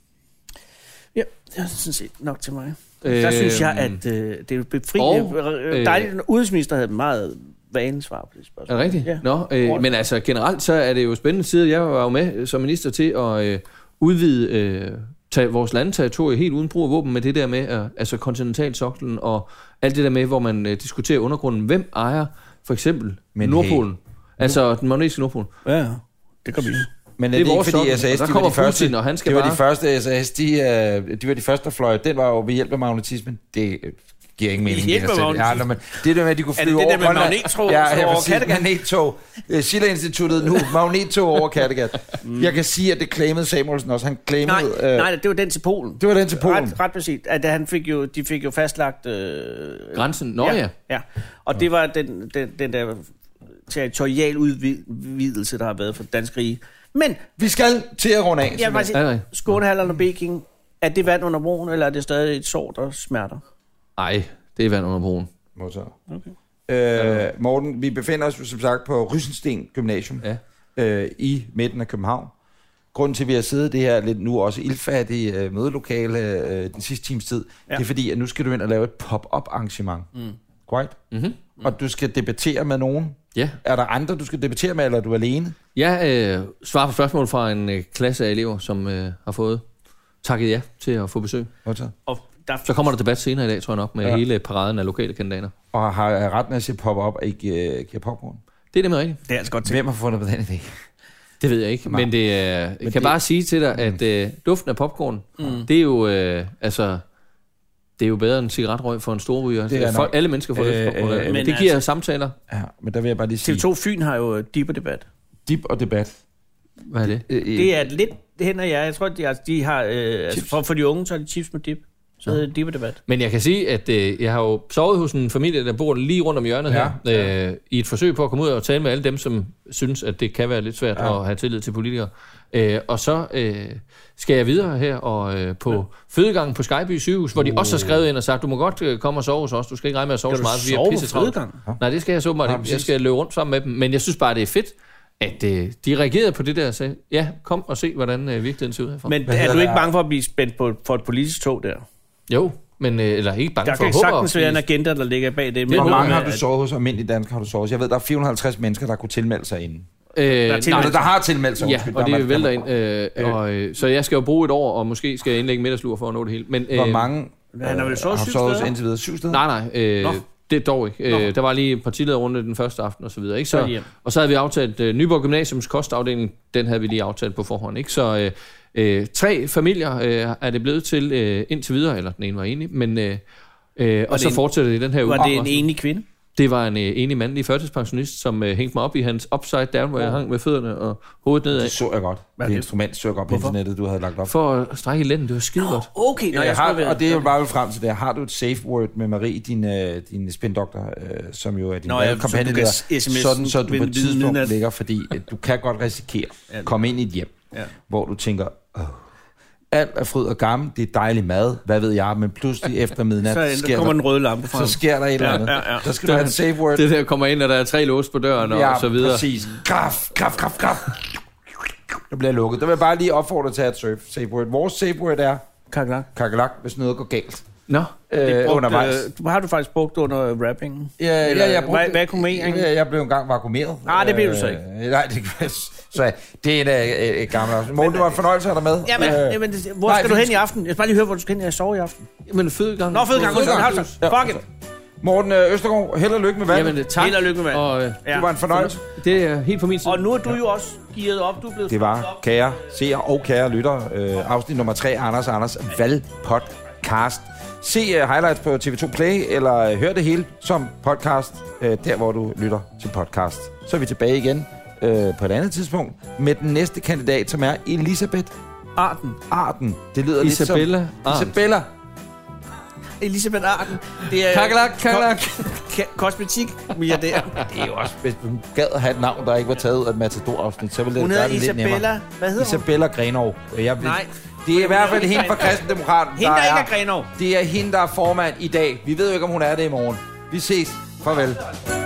Ja, det er sådan set nok til mig. Øh, der synes jeg, at øh, det er befriende. Øh, dejligt, at udenrigsminister havde meget vanligt svar på det spørgsmål. Er det rigtigt? Ja. Nå, øh, men altså generelt, så er det jo spændende side. Jeg var jo med som minister til at øh, udvide øh, tage vores landterritorie helt uden brug af våben med det der med, øh, altså kontinentalsoklen og alt det der med, hvor man øh, diskuterer undergrunden. Hvem ejer for eksempel men Nordpolen? Hey. Altså den magnetiske Nordpolen. Ja, det kan vi. Men det er det ikke fordi S A S, de var de første, Putin, og han skal det var bare... de første S A S, de, uh, de var de første, der fløj. Den var jo ved hjælp af magnetismen. Det uh, giver ingen mening. Hjælp af magnetismen? Ja, men det der med, at de kunne flyve over Grønland. Er det det der med magnettog ja, over Kattegat? Magnettog. Uh, Schiller-instituttet nu, magnettog over Kattegat. mm. Jeg kan sige, at det claimede Samuelsen også. Han claimede... Nej, uh, nej, det var den til Polen. Det var den til Polen. Ret, ret præcis. At han fik jo, de fik jo fastlagt... Uh, grænsen? Nå ja. Ja, ja. Og ja. Det var den, den, den der territorial udvidelse, der har været for dansk rige. Men vi skal til at runde af. Jeg vil sige, Skånehallen og Peking, er det vand under broen, eller er det stadig et sår, der smerter? Nej, det er vand under broen. Okay. Øh, Morten, vi befinder os som sagt på Rysensten Gymnasium ja. øh, i midten af København. Grunden til, at vi har siddet det her lidt nu også ildfattige øh, mødelokale øh, den sidste times tid, ja. Det er fordi, at nu skal du ind og lave et pop-up arrangement. Mm. Right? Mm-hmm. Mm. Og du skal debattere med nogen. Ja. Er der andre, du skal debattere med, eller er du alene? Jeg øh, svarer på spørgsmål fra en øh, klasse af elever, som øh, har fået takket ja til at få besøg. Og der... Så kommer der debat senere i dag, tror jeg nok, med ja. hele paraden af lokale kandidater. Og har jeg ret med at sige pop-up og ikke uh, giver popcorn? Det er det med rigtigt. Det er altså godt til. Hvem har fundet på den idé? Det ved jeg ikke, men, det, øh, jeg kan det... bare sige til dig, at øh, duften af popcorn, mm. det er jo, øh, altså... Det er jo bedre end cigaretrøg for en storryger. Det er folk, alle mennesker får øh, det. Øh, men det giver altså, samtaler. Ja, men der vil jeg bare lige sige... T V to Fyn har jo Dip og Debat. Dip og Debat. Hvad er det? Det er lidt hen og jeg. Jeg tror, de har, de har øh, altså for, for de unge, så er det chips med dip. Så hedder det Dip og Debat. Men jeg kan sige, at øh, jeg har jo sovet hos en familie, der bor lige rundt om hjørnet ja, her, øh, i et forsøg på at komme ud og tale med alle dem, som synes, at det kan være lidt svært ja. at have tillid til politikere. Øh, og så øh, skal jeg videre her og øh, på ja. fødegangen på Skyby sygehus, hvor de uh. også har skrevet ind og sagt, du må godt øh, komme og sove hos os, du skal ikke regne med at sove så meget. Skal du sove på fødegangen? Nej, det skal jeg så meget. Ja, jeg skal løbe rundt sammen med dem, men jeg synes bare, det er fedt, at øh, de reagerede på det der og sagde, ja, kom og se, hvordan øh, virkeligheden ser ud herfra. Men er du ikke bange for at blive spændt på for et politisk tog der? Jo, men øh, eller ikke bange der for at håbe. Der kan sagtens være en agenda, der ligger bag det. Hvor mange har du sovet hos almindelige danskere, har du sovet hos? Jeg ved, der er fire hundrede og halvtreds mennesker, der kunne tilmelde sig inden. Øh, der, nej, der har tilmeldt sig. Ja, og det vælter ind. Øh, og, øh, så jeg skal jo bruge et år, og måske skal jeg indlægge middagslur for at nå det hele. Men, øh, hvor mange øh, han har vel sovet syv steder? Indtil videre? Syv steder? Nej, nej. Øh, det dog ikke. Øh, der var lige en partilederrunde den første aften og så videre. Ikke? Så, og så havde vi aftalt øh, Nyborg Gymnasiums kostafdeling, den havde vi lige aftalt på forhånd. Ikke? Så øh, øh, tre familier øh, er det blevet til øh, indtil videre, eller den ene var enig, men øh, øh, og så en, fortsætter det i den her uge. Var det en enig kvinde? Det var en øh, enig mandlig førtidspensionist, som øh, hængte mig op i hans upside down, hvor jeg hang med fødderne og hovedet nedad. Det så jeg godt. Hvad det instrument så jeg godt på Hvorfor? internettet, du havde lagt op. For at strække i lænden, det var skide godt. Oh, okay, når ja, jeg har, ved. Og det er jo bare frem til det. Har du et safe word med Marie, din, øh, din spindoktor, øh, som jo er din kampagneleder, sådan så du på et tidspunkt ligger, fordi øh, du kan godt risikere at komme ind i et hjem, ja. hvor du tænker, åh, alt er fryd og gammel, det er dejlig mad, hvad ved jeg, men pludselig efter midnat, så sker kommer der, den røde lampe frem. Så sker der et eller andet. Ja, ja, ja. Der skal du have et safe word. Det der kommer ind, og der er tre lås på døren, ja, og så videre. Ja, præcis. Graf, graf, graf, graf. Det bliver lukket. Der vil jeg bare lige opfordre til at have et safe word. Vores safe word er kakelak. Kakelak, hvis noget går galt. Nå, øh, det brugt, undervejs. Øh, har du faktisk brugt under rappingen? Ja, ja, jeg brugte... Vakuumering? Ja, jeg blev engang vakuumeret. Nej, det blev du så ikke. Øh, nej, det så det er et, et gammelt... Morten, det var en fornøjelse at have dig med. Jamen, øh, jamen hvor nej, skal du hen i aften? Jeg skal bare lige høre, hvor du skal hen i sove i aften. Jamen, fødegang. Nå, fødegang. Fuck it. Morten Østergaard, held og lykke med vandet. Jamen, tak. Held og lykke med vandet. Og, øh, ja. Det var en fornøjelse. Det er helt på min side. Og nu er du jo også gearet op. Du er blevet det var, kære seere og kære lyttere, øh, afsnit nummer tre, Anders Anders valgpodcast. Se uh, highlights på T V to Play, eller uh, hør det hele som podcast, uh, der hvor du lytter til podcast. Så er vi tilbage igen uh, på et andet tidspunkt med den næste kandidat, som er Elisabeth Arden. Arden. Det lyder Isabella lidt som... Arden. Isabella. Elisabeth Arden. Det er kakelak, kakelak. Ko- kosmetik milliardær. Det er jo også, hvis hun gad at have et navn, der ikke var taget ud af et Matador-afsnit, så ville det hun gøre det lidt Isabella. nemmere. Hvad hedder hun? Isabella Grenov. Jeg vil... Nej. Det er i hvert fald hende fra Kristendemokraten, hende, der, der ikke er Grenov. Det er hende, der er formand i dag. Vi ved jo ikke, om hun er det i morgen. Vi ses. Farvel.